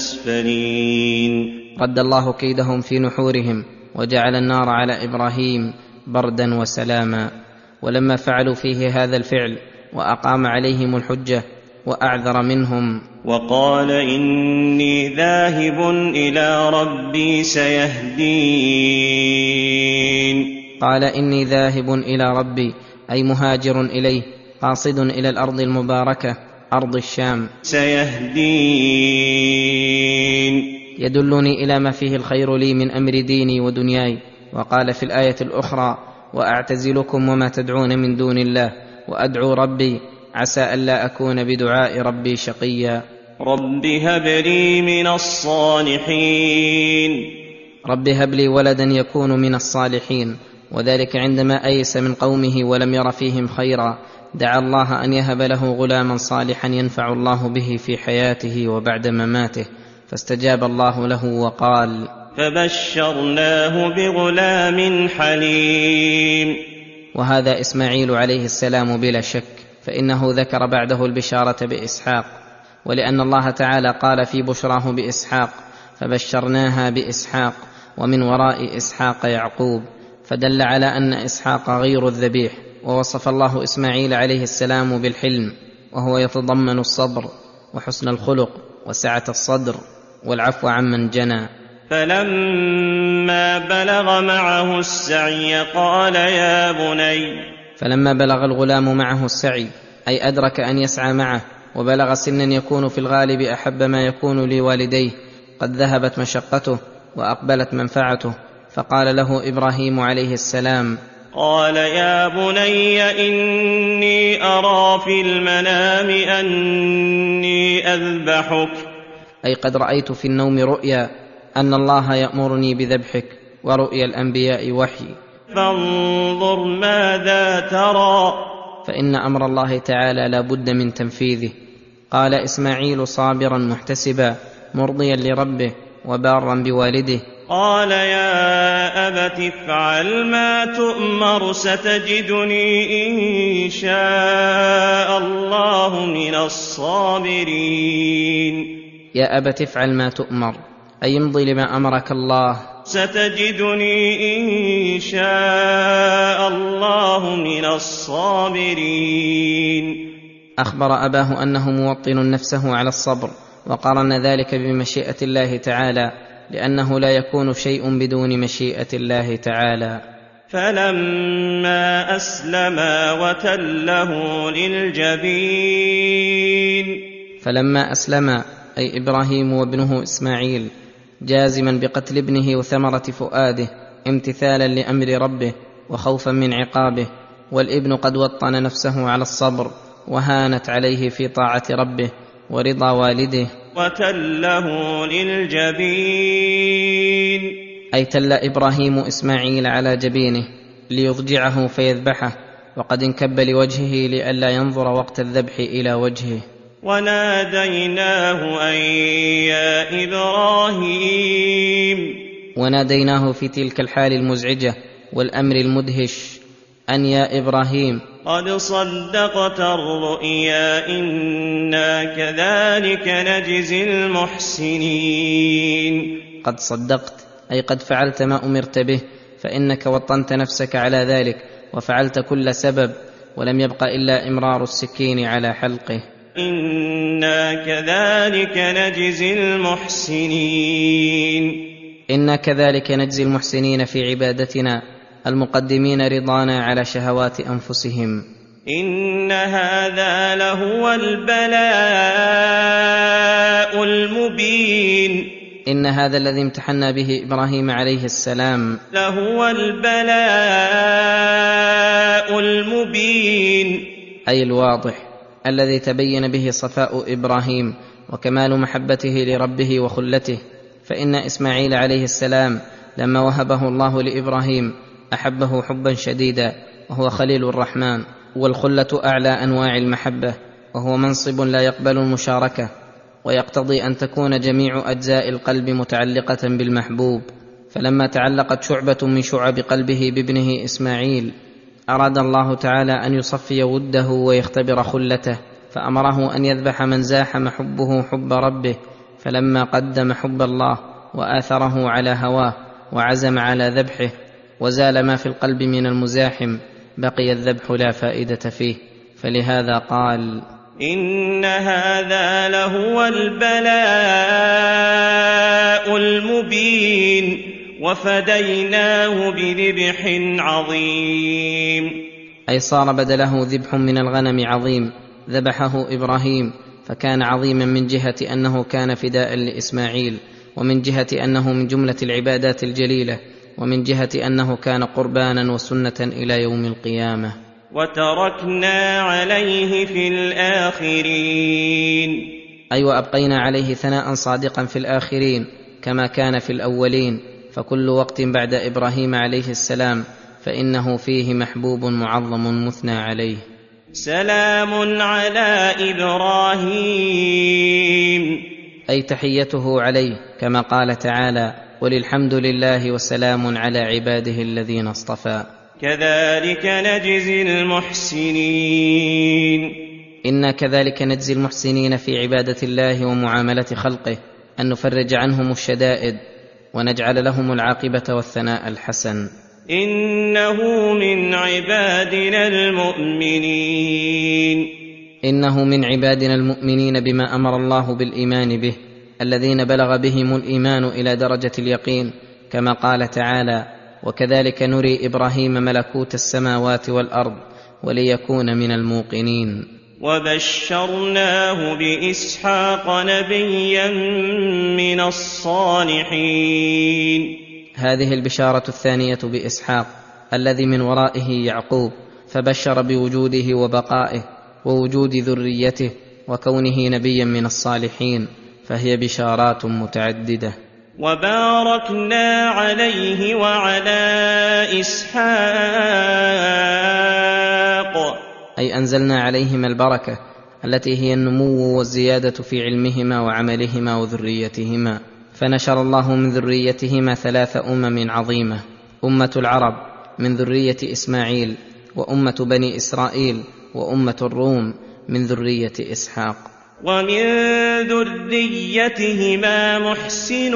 الأسفلين. رد الله كيدهم في نحورهم، وجعل النار على إبراهيم بردا وسلاما. ولما فعلوا فيه هذا الفعل وأقام عليهم الحجة وأعذر منهم وقال إني ذاهب إلى ربي سيهدين. قال إني ذاهب إلى ربي أي مهاجر إليه قاصد إلى الأرض المباركة أرض الشام سيهدين يدلني إلى ما فيه الخير لي من أمر ديني ودنياي. وقال في الآية الأخرى وأعتزلكم وما تدعون من دون الله وأدعو ربي عسى ألا أكون بدعاء ربي شقيا. رب هب لي من الصالحين. رب هب لي ولدا يكون من الصالحين، وذلك عندما أيس من قومه ولم ير فيهم خيرا دعا الله أن يهب له غلاما صالحا ينفع الله به في حياته وبعد مماته، فاستجاب الله له وقال فبشرناه بغلام حليم. وهذا إسماعيل عليه السلام بلا شك، فإنه ذكر بعده البشارة بإسحاق، ولأن الله تعالى قال في بشراه بإسحاق فبشرناها بإسحاق ومن وراء إسحاق يعقوب، فدل على أن إسحاق غير الذبيح. ووصف الله إسماعيل عليه السلام بالحلم، وهو يتضمن الصبر وحسن الخلق وسعة الصدر والعفو عمن جنى. فلما بلغ معه السعي قال يا بني. فلما بلغ الغلام معه السعي أي أدرك أن يسعى معه، وبلغ سنا يكون في الغالب أحب ما يكون لوالديه، قد ذهبت مشقته وأقبلت منفعته، فقال له إبراهيم عليه السلام قال يا بني إني أرى في المنام أني أذبحك. أي قد رأيت في النوم رؤيا أن الله يأمرني بذبحك، ورؤيا الأنبياء وحي، فانظر ماذا ترى. فإن أمر الله تعالى لا بد من تنفيذه. قال إسماعيل صابرا محتسبا مرضيا لربه وبارا بوالده قال يا أبت افعل ما تؤمر ستجدني إن شاء الله من الصابرين. يا أبت افعل ما تؤمر أي امضي لما أمرك الله، ستجدني إن شاء الله من الصابرين. أخبر أباه أنه موطن نفسه على الصبر، وقارن ذلك بمشيئة الله تعالى، لأنه لا يكون شيء بدون مشيئة الله تعالى. فلما أسلما وتله للجبين. فلما أسلما أي إبراهيم وابنه إسماعيل، جازما بقتل ابنه وثمرة فؤاده امتثالا لأمر ربه وخوفا من عقابه، والابن قد وطن نفسه على الصبر وهانت عليه في طاعة ربه ورضا والده. وتله للجبين أي تل إبراهيم إسماعيل على جبينه ليضجعه فيذبحه، وقد انكب لوجهه لئلا ينظر وقت الذبح إلى وجهه. وناديناه أن يا إبراهيم. وناديناه في تلك الحال المزعجة والأمر المدهش أن يا إبراهيم قد صدقت الرؤيا إنا كذلك نجزي المحسنين. قد صدقت أي قد فعلت ما أمرت به، فإنك وطنت نفسك على ذلك وفعلت كل سبب، ولم يبق إلا إمرار السكين على حلقه. إنا كذلك نجزي المحسنين. إنا كذلك نجزي المحسنين في عبادتنا المقدمين رضانا على شهوات أنفسهم. إن هذا لهو البلاء المبين. إن هذا الذي امتحنا به إبراهيم عليه السلام لهو البلاء المبين، أي الواضح الذي تبين به صفاء إبراهيم وكمال محبته لربه وخلته. فإن إسماعيل عليه السلام لما وهبه الله لإبراهيم أحبه حبا شديدا، وهو خليل الرحمن، والخلة أعلى أنواع المحبة، وهو منصب لا يقبل المشاركة، ويقتضي أن تكون جميع أجزاء القلب متعلقة بالمحبوب. فلما تعلقت شعبة من شعب قلبه بابنه إسماعيل أراد الله تعالى أن يصفي وده ويختبر خلته، فأمره أن يذبح من زاحم حبه حب ربه. فلما قدم حب الله وآثره على هواه وعزم على ذبحه، وزال ما في القلب من المزاحم، بقي الذبح لا فائدة فيه، فلهذا قال: إن هذا لهو البلاء المبين وفديناه بذبح عظيم. أي صار بدله ذبح من الغنم عظيم ذبحه إبراهيم، فكان عظيما من جهة أنه كان فداء لإسماعيل، ومن جهة أنه من جملة العبادات الجليلة، ومن جهة أنه كان قربانا وسنة إلى يوم القيامة. وتركنا عليه في الآخرين. أي وأبقينا عليه ثناء صادقا في الآخرين كما كان في الأولين، فكل وقت بعد إبراهيم عليه السلام فإنه فيه محبوب معظم مثنى عليه. سلام على إبراهيم، أي تحيته عليه، كما قال تعالى: قل الحمد لله وسلام على عباده الذين اصطفى. كذلك نجزي المحسنين. إنا كذلك نجزي المحسنين في عبادة الله ومعاملة خلقه، أن نفرج عنهم الشدائد ونجعل لهم العاقبة والثناء الحسن. إنه من عبادنا المؤمنين. إنه من عبادنا المؤمنين بما أمر الله بالإيمان به، الذين بلغ بهم الإيمان إلى درجة اليقين، كما قال تعالى: وكذلك نري إبراهيم ملكوت السماوات والأرض وليكون من الموقنين. وبشرناه بإسحاق نبيا من الصالحين. هذه البشارة الثانية بإسحاق الذي من ورائه يعقوب، فبشر بوجوده وبقائه ووجود ذريته وكونه نبيا من الصالحين، فهي بشارات متعددة. وباركنا عليه وعلى إسحاق. أي أنزلنا عليهما البركة التي هي النمو والزيادة في علمهما وعملهما وذريتهما، فنشر الله من ذريتهما 3 أمم عظيمة: أمة العرب من ذرية إسماعيل، وأمة بني إسرائيل، وأمة الروم من ذرية إسحاق. ومن ذريتهما محسن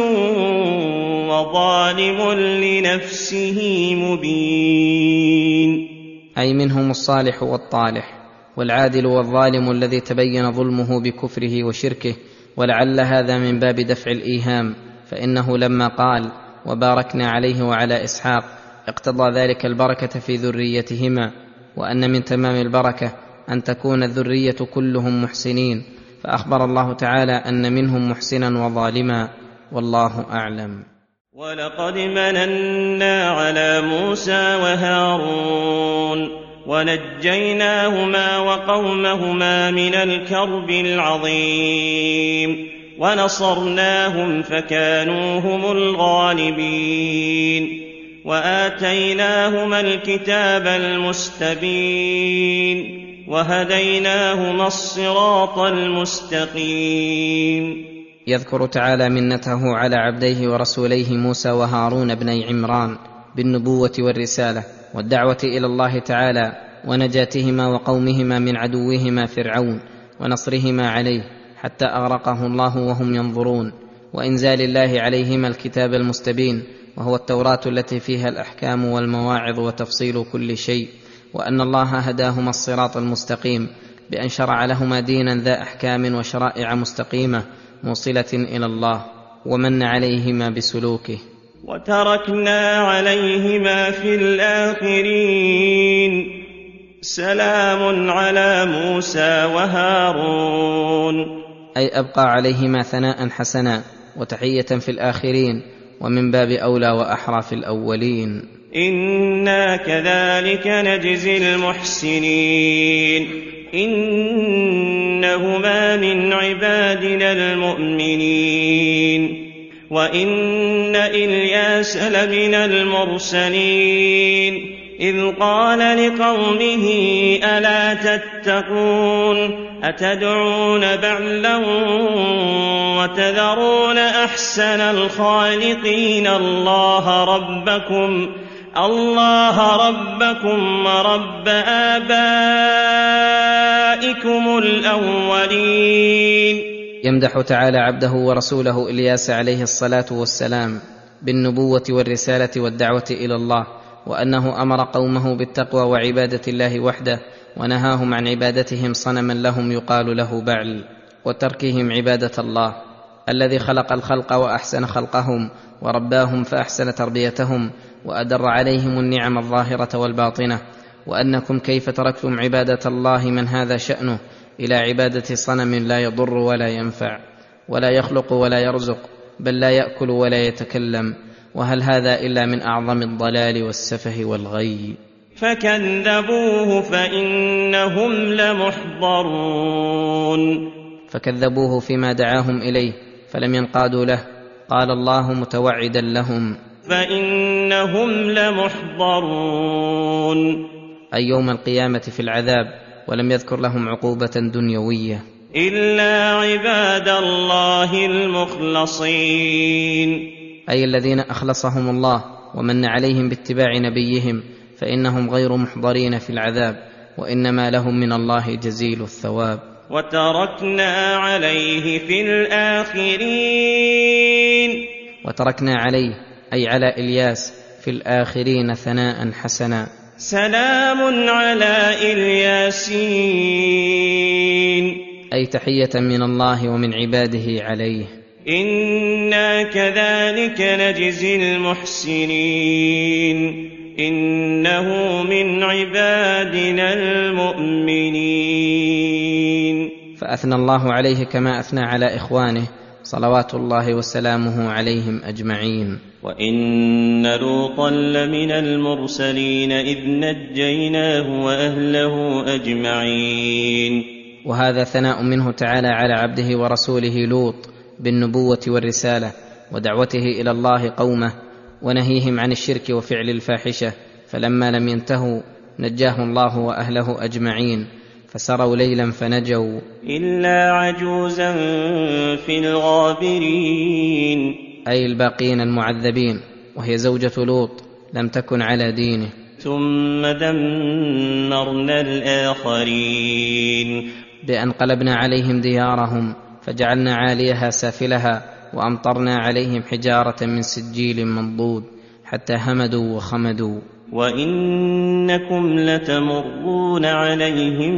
وظالم لنفسه مبين. أي منهم الصالح والطالح، والعادل والظالم الذي تبين ظلمه بكفره وشركه، ولعل هذا من باب دفع الإيهام، فإنه لما قال: وباركنا عليه وعلى إسحاق، اقتضى ذلك البركة في ذريتهما، وأن من تمام البركة أن تكون الذرية كلهم محسنين، فأخبر الله تعالى أن منهم محسنا وظالما، والله أعلم. ولقد مننا على موسى وهارون ونجيناهما وقومهما من الكرب العظيم، ونصرناهم فكانوا هم الغالبين، وآتيناهما الكتاب المستبين، وهديناهما الصراط المستقيم. يذكر تعالى منته على عبديه ورسوليه موسى وهارون بني عمران بالنبوة والرسالة والدعوة إلى الله تعالى، ونجاتهما وقومهما من عدوهما فرعون، ونصرهما عليه حتى أغرقه الله وهم ينظرون، وإنزال الله عليهما الكتاب المستبين، وهو التوراة التي فيها الأحكام والمواعظ وتفصيل كل شيء، وأن الله هداهما الصراط المستقيم بأن شرع لهما دينا ذا أحكام وشرائع مستقيمة موصلة إلى الله، ومن عليهما بسلوكه. وتركنا عليهما في الآخرين. سلام على موسى وهارون. أي أبقى عليهما ثناء حسنا وتحية في الآخرين، ومن باب أولى وأحرى في الأولين. إنا كذلك نجزي المحسنين. إنهما من عبادنا المؤمنين. وإن إلياس لمن المرسلين، إذ قال لقومه ألا تتقون أتدعون بعلا وتذرون أحسن الخالقين الله ربكم ورب آبائكم الأولين. يمدح تعالى عبده ورسوله إلياس عليه الصلاة والسلام بالنبوة والرسالة والدعوة إلى الله، وأنه أمر قومه بالتقوى وعبادة الله وحده، ونهاهم عن عبادتهم صنما لهم يقال له بعل، وتركهم عبادة الله الذي خلق الخلق وأحسن خلقهم ورباهم فأحسن تربيتهم وأدر عليهم النعم الظاهرة والباطنة. وأنكم كيف تركتم عبادة الله من هذا شأنه إلى عبادة صنم لا يضر ولا ينفع ولا يخلق ولا يرزق، بل لا يأكل ولا يتكلم، وهل هذا إلا من أعظم الضلال والسفه والغي؟ فكذبوه فإنهم لمحضرون. فكذبوه فيما دعاهم إليه فلم ينقادوا له. قال الله متوعدا لهم: فإنهم لمحضرون، أي يوم القيامة في العذاب، ولم يذكر لهم عقوبة دنيوية. إلا عباد الله المخلصين، أي الذين أخلصهم الله ومن عليهم باتباع نبيهم، فإنهم غير محضرين في العذاب، وإنما لهم من الله جزيل الثواب. وتركنا عليه في الآخرين، وتركنا عليه أي على إلياس في الآخرين ثناء حسنا. سلام على الياسين، أي تحية من الله ومن عباده عليه. إنا كذلك نجزي المحسنين، إنه من عبادنا المؤمنين. فأثنى الله عليه كما أثنى على إخوانه صلوات الله وسلامه عليهم أجمعين. وإن لوطا لمن المرسلين إذ نجيناه وأهله أجمعين. وهذا ثناء منه تعالى على عبده ورسوله لوط بالنبوة والرسالة ودعوته إلى الله قومه ونهيهم عن الشرك وفعل الفاحشة، فلما لم ينتهوا نجاه الله وأهله أجمعين، فسروا ليلا فنجوا إلا عجوزا في الغابرين، أي الباقين المعذبين، وهي زوجة لوط لم تكن على دينه. ثم دمرنا الآخرين، بأن قلبنا عليهم ديارهم فجعلنا عاليها سافلها وأمطرنا عليهم حجارة من سجيل منضود حتى همدوا وخمدوا. وإنكم لتمرون عليهم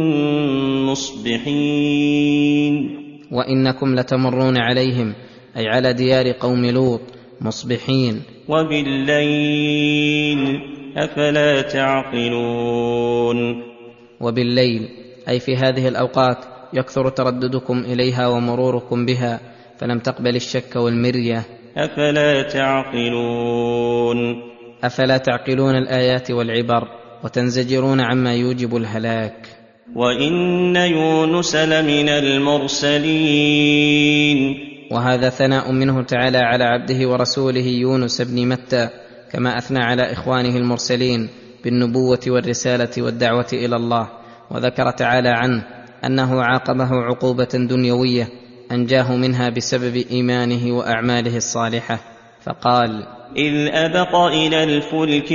مصبحين، وإنكم لتمرون عليهم أي على ديار قوم لوط مصبحين. وبالليل أفلا تعقلون، وبالليل أي في هذه الأوقات يكثر ترددكم إليها ومروركم بها، فلم تقبل الشك والمرية. أفلا تعقلون، أفلا تعقلون الآيات والعبر وتنزجرون عما يوجب الهلاك. وإن يونس لمن المرسلين، وهذا ثناء منه تعالى على عبده ورسوله يونس بن متى، كما أثنى على إخوانه المرسلين بالنبوة والرسالة والدعوة إلى الله. وذكر تعالى عنه أنه عاقبه عقوبة دنيوية أنجاه منها بسبب إيمانه وأعماله الصالحة، فقال: إذ أبق إلى الفلك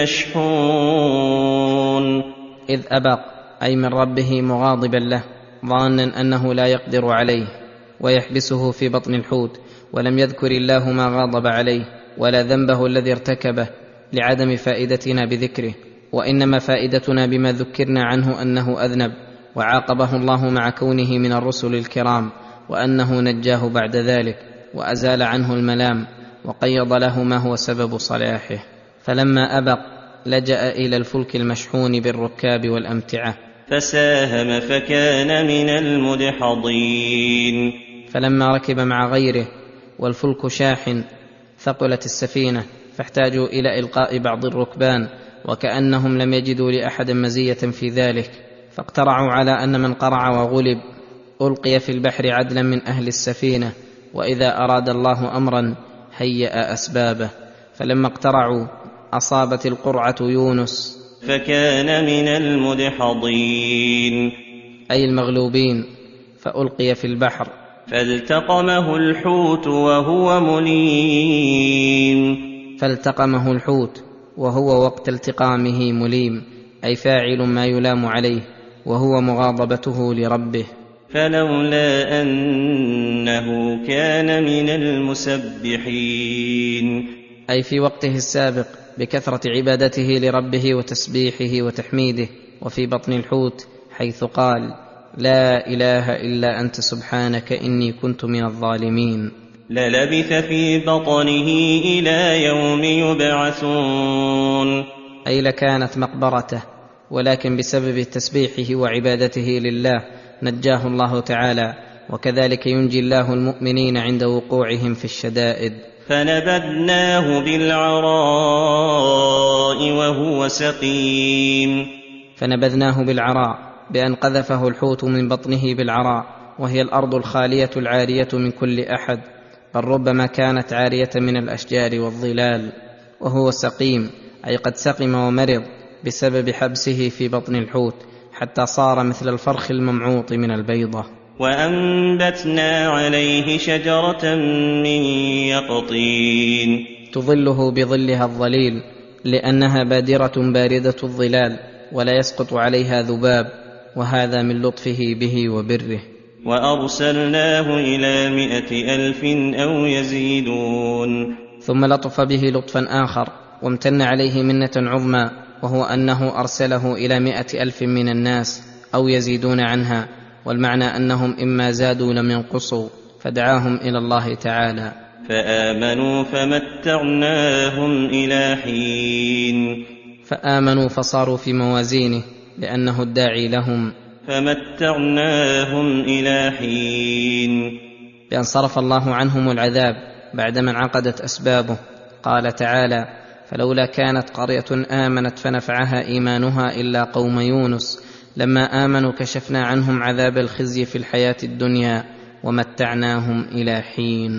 المشحون. إذ أبق أي من ربه مغاضبا له ظانا أنه لا يقدر عليه ويحبسه في بطن الحوت، ولم يذكر الله ما غاضب عليه ولا ذنبه الذي ارتكبه لعدم فائدتنا بذكره، وإنما فائدتنا بما ذكرنا عنه أنه أذنب وعاقبه الله مع كونه من الرسل الكرام، وأنه نجاه بعد ذلك وأزال عنه الملام وقيض له ما هو سبب صلاحه. فلما أبق لجأ إلى الفلك المشحون بالركاب والأمتعة فساهم فكان من المدحضين. فلما ركب مع غيره والفلك شاحن ثقلت السفينة، فاحتاجوا إلى إلقاء بعض الركبان، وكأنهم لم يجدوا لأحد مزية في ذلك، فاقترعوا على أن من قرع وغلب ألقي في البحر عدلا من أهل السفينة، وإذا أراد الله أمرا هيأ أسبابه. فلما اقترعوا أصابت القرعة يونس فكان من المدحضين، أي المغلوبين، فألقي في البحر فالتقمه الحوت وهو مليم. فالتقمه الحوت وهو وقت التقامه مليم، أي فاعل ما يلام عليه، وهو مغاضبته لربه. فلولا أنه كان من المسبحين، أي في وقته السابق بكثرة عبادته لربه وتسبيحه وتحميده، وفي بطن الحوت حيث قال: لا إله إلا أنت سبحانك إني كنت من الظالمين. للبث في بطنه إلى يوم يبعثون، أي لكانت مقبرته، ولكن بسبب تسبيحه وعبادته لله نجاه الله تعالى، وكذلك ينجي الله المؤمنين عند وقوعهم في الشدائد. فنبذناه بالعراء وهو سقيم. فنبذناه بالعراء بأن قذفه الحوت من بطنه بالعراء، وهي الأرض الخالية العارية من كل أحد، بل ربما كانت عارية من الأشجار والظلال. وهو سقيم أي قد سقم ومرض بسبب حبسه في بطن الحوت، حتى صار مثل الفرخ الممعوط من البيضة. وأنبتنا عليه شجرة من يقطين، تظله بظلها الظليل، لأنها بادرة باردة الظلال ولا يسقط عليها ذباب، وهذا من لطفه به وبره. وأرسلناه إلى 100,000 أو يزيدون. ثم لطف به لطفا آخر وامتن عليه منة عظمى، وهو أنه أرسله إلى 100,000 من الناس أو يزيدون عنها، والمعنى أنهم إما زادوا لم ينقصوا، فدعاهم إلى الله تعالى. فآمنوا فمتعناهم إلى حين. فآمنوا فصاروا في موازينه لأنه الداعي لهم. فمتعناهم إلى حين، بأن صرف الله عنهم العذاب بعدما انعقدت أسبابه. قال تعالى: فلولا كانت قرية آمنت فنفعها إيمانها إلا قوم يونس لما آمنوا كشفنا عنهم عذاب الخزي في الحياة الدنيا ومتعناهم إلى حين.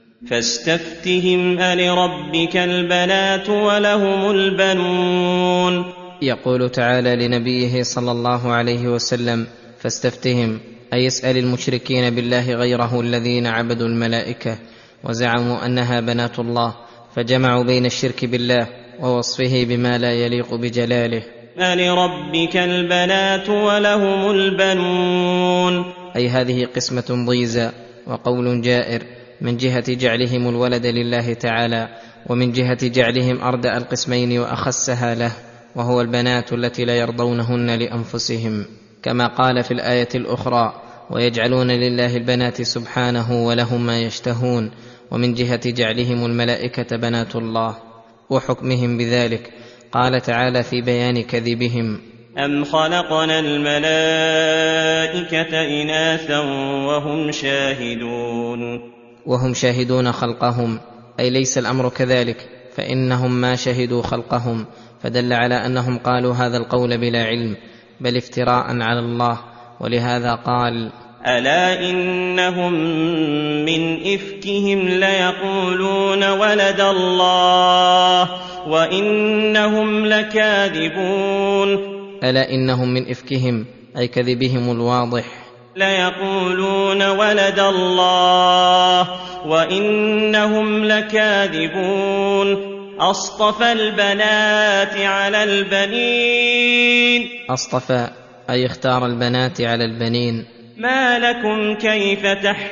فاستفتهم ألربك البنات ولهم البنون. يقول تعالى لنبيه صلى الله عليه وسلم: فاستفتهم، أي يسأل المشركين بالله غيره الذين عبدوا الملائكة وزعموا أنها بنات الله، فجمعوا بين الشرك بالله ووصفه بما لا يليق بجلاله. ألربك البنات ولهم البنون، أي هذه قسمة ضيزى وقول جائر من جهة جعلهم الولد لله تعالى، ومن جهة جعلهم أردأ القسمين وأخسها له، وهو البنات التي لا يرضونهن لأنفسهم، كما قال في الآية الأخرى: ويجعلون لله البنات سبحانه ولهم ما يشتهون. ومن جهة جعلهم الملائكة بنات الله وحكمهم بذلك قال تعالى في بيان كذبهم: أم خلقنا الملائكة إناثا وهم شاهدون خلقهم، أي ليس الأمر كذلك، فإنهم ما شهدوا خلقهم، فدل على أنهم قالوا هذا القول بلا علم بل افتراء على الله. ولهذا قال: ألا إنهم من إفكهم ليقولون ولد الله وإنهم لكاذبون. ألا إنهم من إفكهم أي كذبهم الواضح، ليقولون ولد الله وإنهم لكاذبون. أصطفى البنات على البنين. أصطفى أي اختار البنات على البنين. ما لكم كيف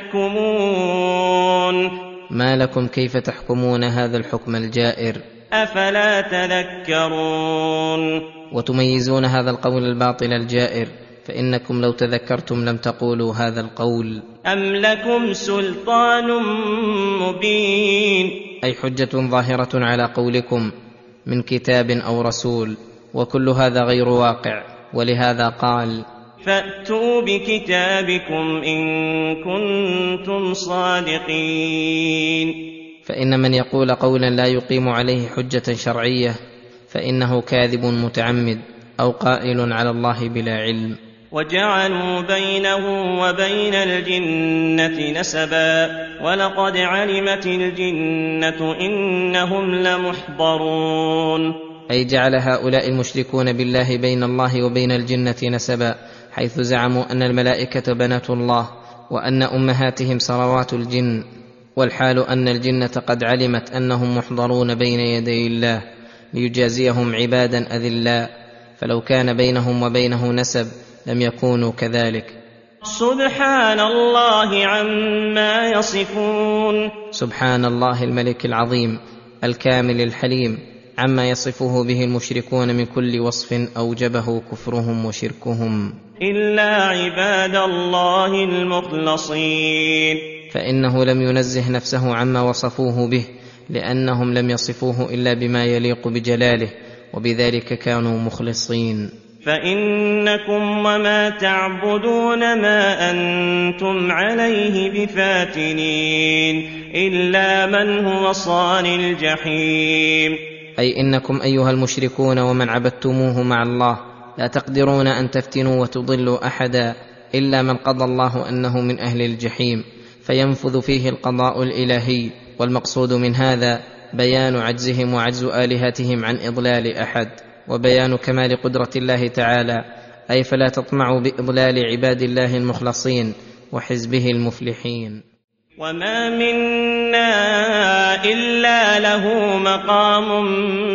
تحكمون. ما لكم كيف تحكمون هذا الحكم الجائر. أفلا تذكرون. وتميزون هذا القول الباطل الجائر، فإنكم لو تذكرتم لم تقولوا هذا القول. أم لكم سلطان مبين. أي حجة ظاهرة على قولكم من كتاب أو رسول، وكل هذا غير واقع. ولهذا قال: فأتوا بكتابكم إن كنتم صادقين. فإن من يقول قولا لا يقيم عليه حجة شرعية فإنه كاذب متعمد أو قائل على الله بلا علم. وجعلوا بينه وبين الجنة نسبا ولقد علمت الجنة إنهم لمحضرون. أي جعل هؤلاء المشركون بالله بين الله وبين الجنة نسبا، حيث زعموا أن الملائكة بنات الله وأن أمهاتهم صروات الجن، والحال أن الجنة قد علمت أنهم محضرون بين يدي الله ليجازيهم عبادا أذلاء، فلو كان بينهم وبينه نسب لم يكونوا كذلك. سبحان الله عما يصفون. سبحان الله الملك العظيم الكامل الحليم عما يصفه به المشركون من كل وصف أوجبه كفرهم وشركهم، إلا عباد الله المخلصين، فإنه لم ينزه نفسه عما وصفوه به، لأنهم لم يصفوه إلا بما يليق بجلاله، وبذلك كانوا مخلصين. فإنكم وما تعبدون ما أنتم عليه بفاتنين إلا من هو صال الجحيم. أي إنكم أيها المشركون ومن عبدتموه مع الله لا تقدرون أن تفتنوا وتضلوا أحدا إلا من قضى الله أنه من أهل الجحيم، فينفذ فيه القضاء الإلهي. والمقصود من هذا بيان عجزهم وعجز آلهتهم عن إضلال أحد، وبيان كمال قدرة الله تعالى، أي فلا تطمعوا بإضلال عباد الله المخلصين وحزبه المفلحين. وما منا إلا له مقام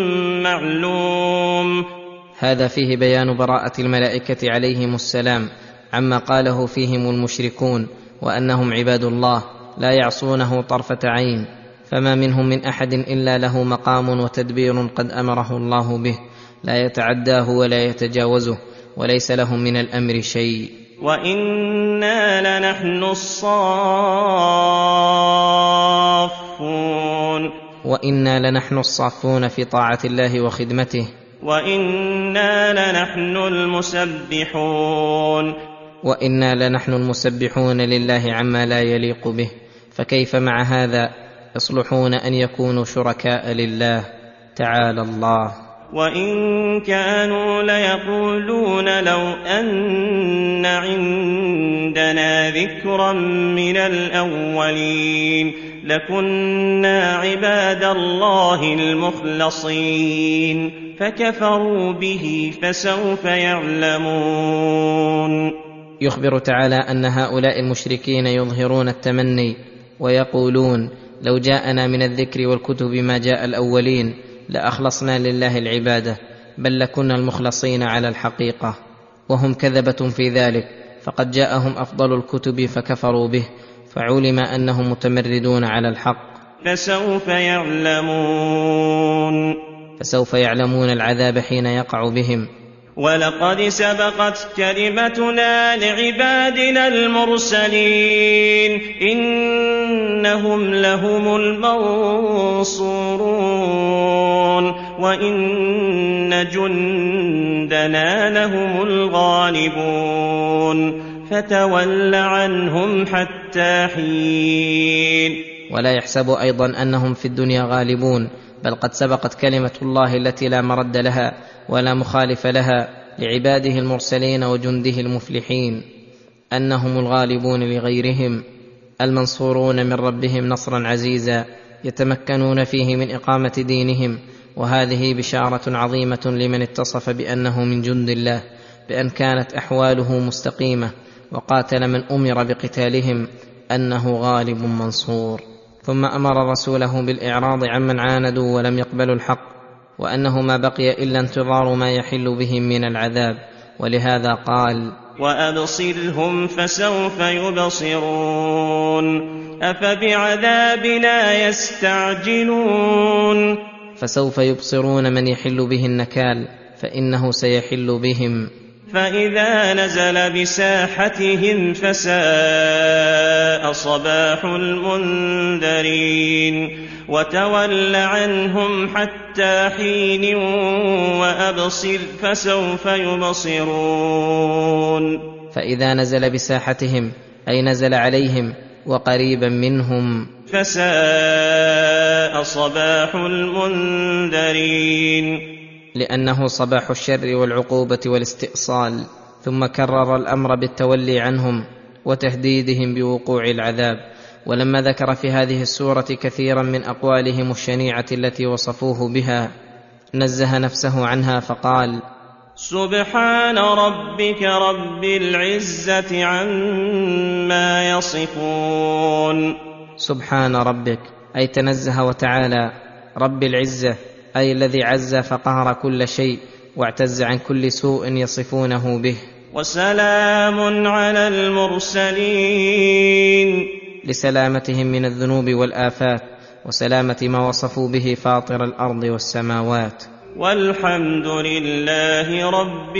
معلوم. هذا فيه بيان براءة الملائكة عليهم السلام عما قاله فيهم المشركون، وأنهم عباد الله لا يعصونه طرفة عين، فما منهم من أحد إلا له مقام وتدبير قد أمره الله به، لا يتعداه ولا يتجاوزه، وليس لهم من الأمر شيء. وإنا لنحن الصافون. وإنا لنحن الصافون في طاعة الله وخدمته. وإنا لنحن المسبحون. وإنا لنحن المسبحون لله عما لا يليق به، فكيف مع هذا يصلحون أن يكونوا شركاء لله تعالى الله. وإن كانوا ليقولون لو أن عندنا ذكرا من الأولين لكنا عباد الله المخلصين فكفروا به فسوف يعلمون. يخبر تعالى أن هؤلاء المشركين يظهرون التمني ويقولون لو جاءنا من الذكر والكتب ما جاء الأولين لأخلصنا لله العبادة، بل لكنا المخلصين على الحقيقة، وهم كذبة في ذلك، فقد جاءهم أفضل الكتب فكفروا به، فعلم أنهم متمردون على الحق. فسوف يعلمون العذاب حين يقع بهم. ولقد سبقت كلمتنا لعبادنا المرسلين إنهم لهم المنصورون وإن جندنا لهم الغالبون فتول عنهم حتى حين. ولا يحسب أيضا أنهم في الدنيا غالبون، بل قد سبقت كلمة الله التي لا مرد لها ولا مخالف لها لعباده المرسلين وجنده المفلحين، أنهم الغالبون لغيرهم المنصورون من ربهم نصرا عزيزا يتمكنون فيه من إقامة دينهم. وهذه بشارة عظيمة لمن اتصف بأنه من جند الله، بأن كانت أحواله مستقيمة، وقاتل من أمر بقتالهم أنه غالب منصور. ثم أمر رسوله بالإعراض عمن عاندوا ولم يقبلوا الحق، وأنه ما بقي إلا انتظار ما يحل بهم من العذاب، ولهذا قال وأبصرهم فسوف يبصرون أفبعذابنا يستعجلون. فسوف يبصرون من يحل به النكال، فإنه سيحل بهم. فإذا نزل بساحتهم فساء صباح المنذرين وتول عنهم حتى حين وأبصر فسوف يبصرون. فإذا نزل بساحتهم أي نزل عليهم وقريبا منهم. فساء صباح المنذرين لأنه صباح الشر والعقوبة والاستئصال، ثم كرر الأمر بالتولي عنهم وتهديدهم بوقوع العذاب. ولما ذكر في هذه السورة كثيرا من أقوالهم الشنيعة التي وصفوه بها نزه نفسه عنها فقال سبحان ربك رب العزة عما يصفون. سبحان ربك أي تنزه وتعالى رب العزة، أي الذي عز فقهر كل شيء واعتز عن كل سوء يصفونه به. وسلام على المرسلين، لسلامتهم من الذنوب والآفات، وسلامة ما وصفوا به فاطر الأرض والسماوات. والحمد لله رب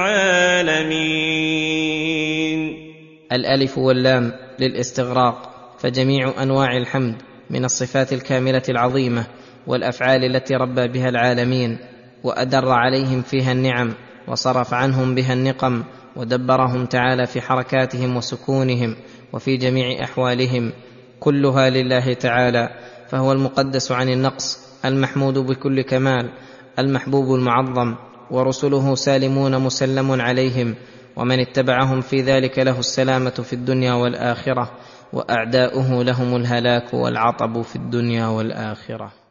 العالمين. الألف واللام للاستغراق، فجميع أنواع الحمد من الصفات الكاملة العظيمة والأفعال التي ربى بها العالمين وأدر عليهم فيها النعم وصرف عنهم بها النقم ودبرهم تعالى في حركاتهم وسكونهم وفي جميع أحوالهم، كلها لله تعالى، فهو المقدس عن النقص، المحمود بكل كمال، المحبوب المعظم، ورسله سالمون مسلم عليهم، ومن اتبعهم في ذلك له السلامة في الدنيا والآخرة، وأعداؤه لهم الهلاك والعطب في الدنيا والآخرة.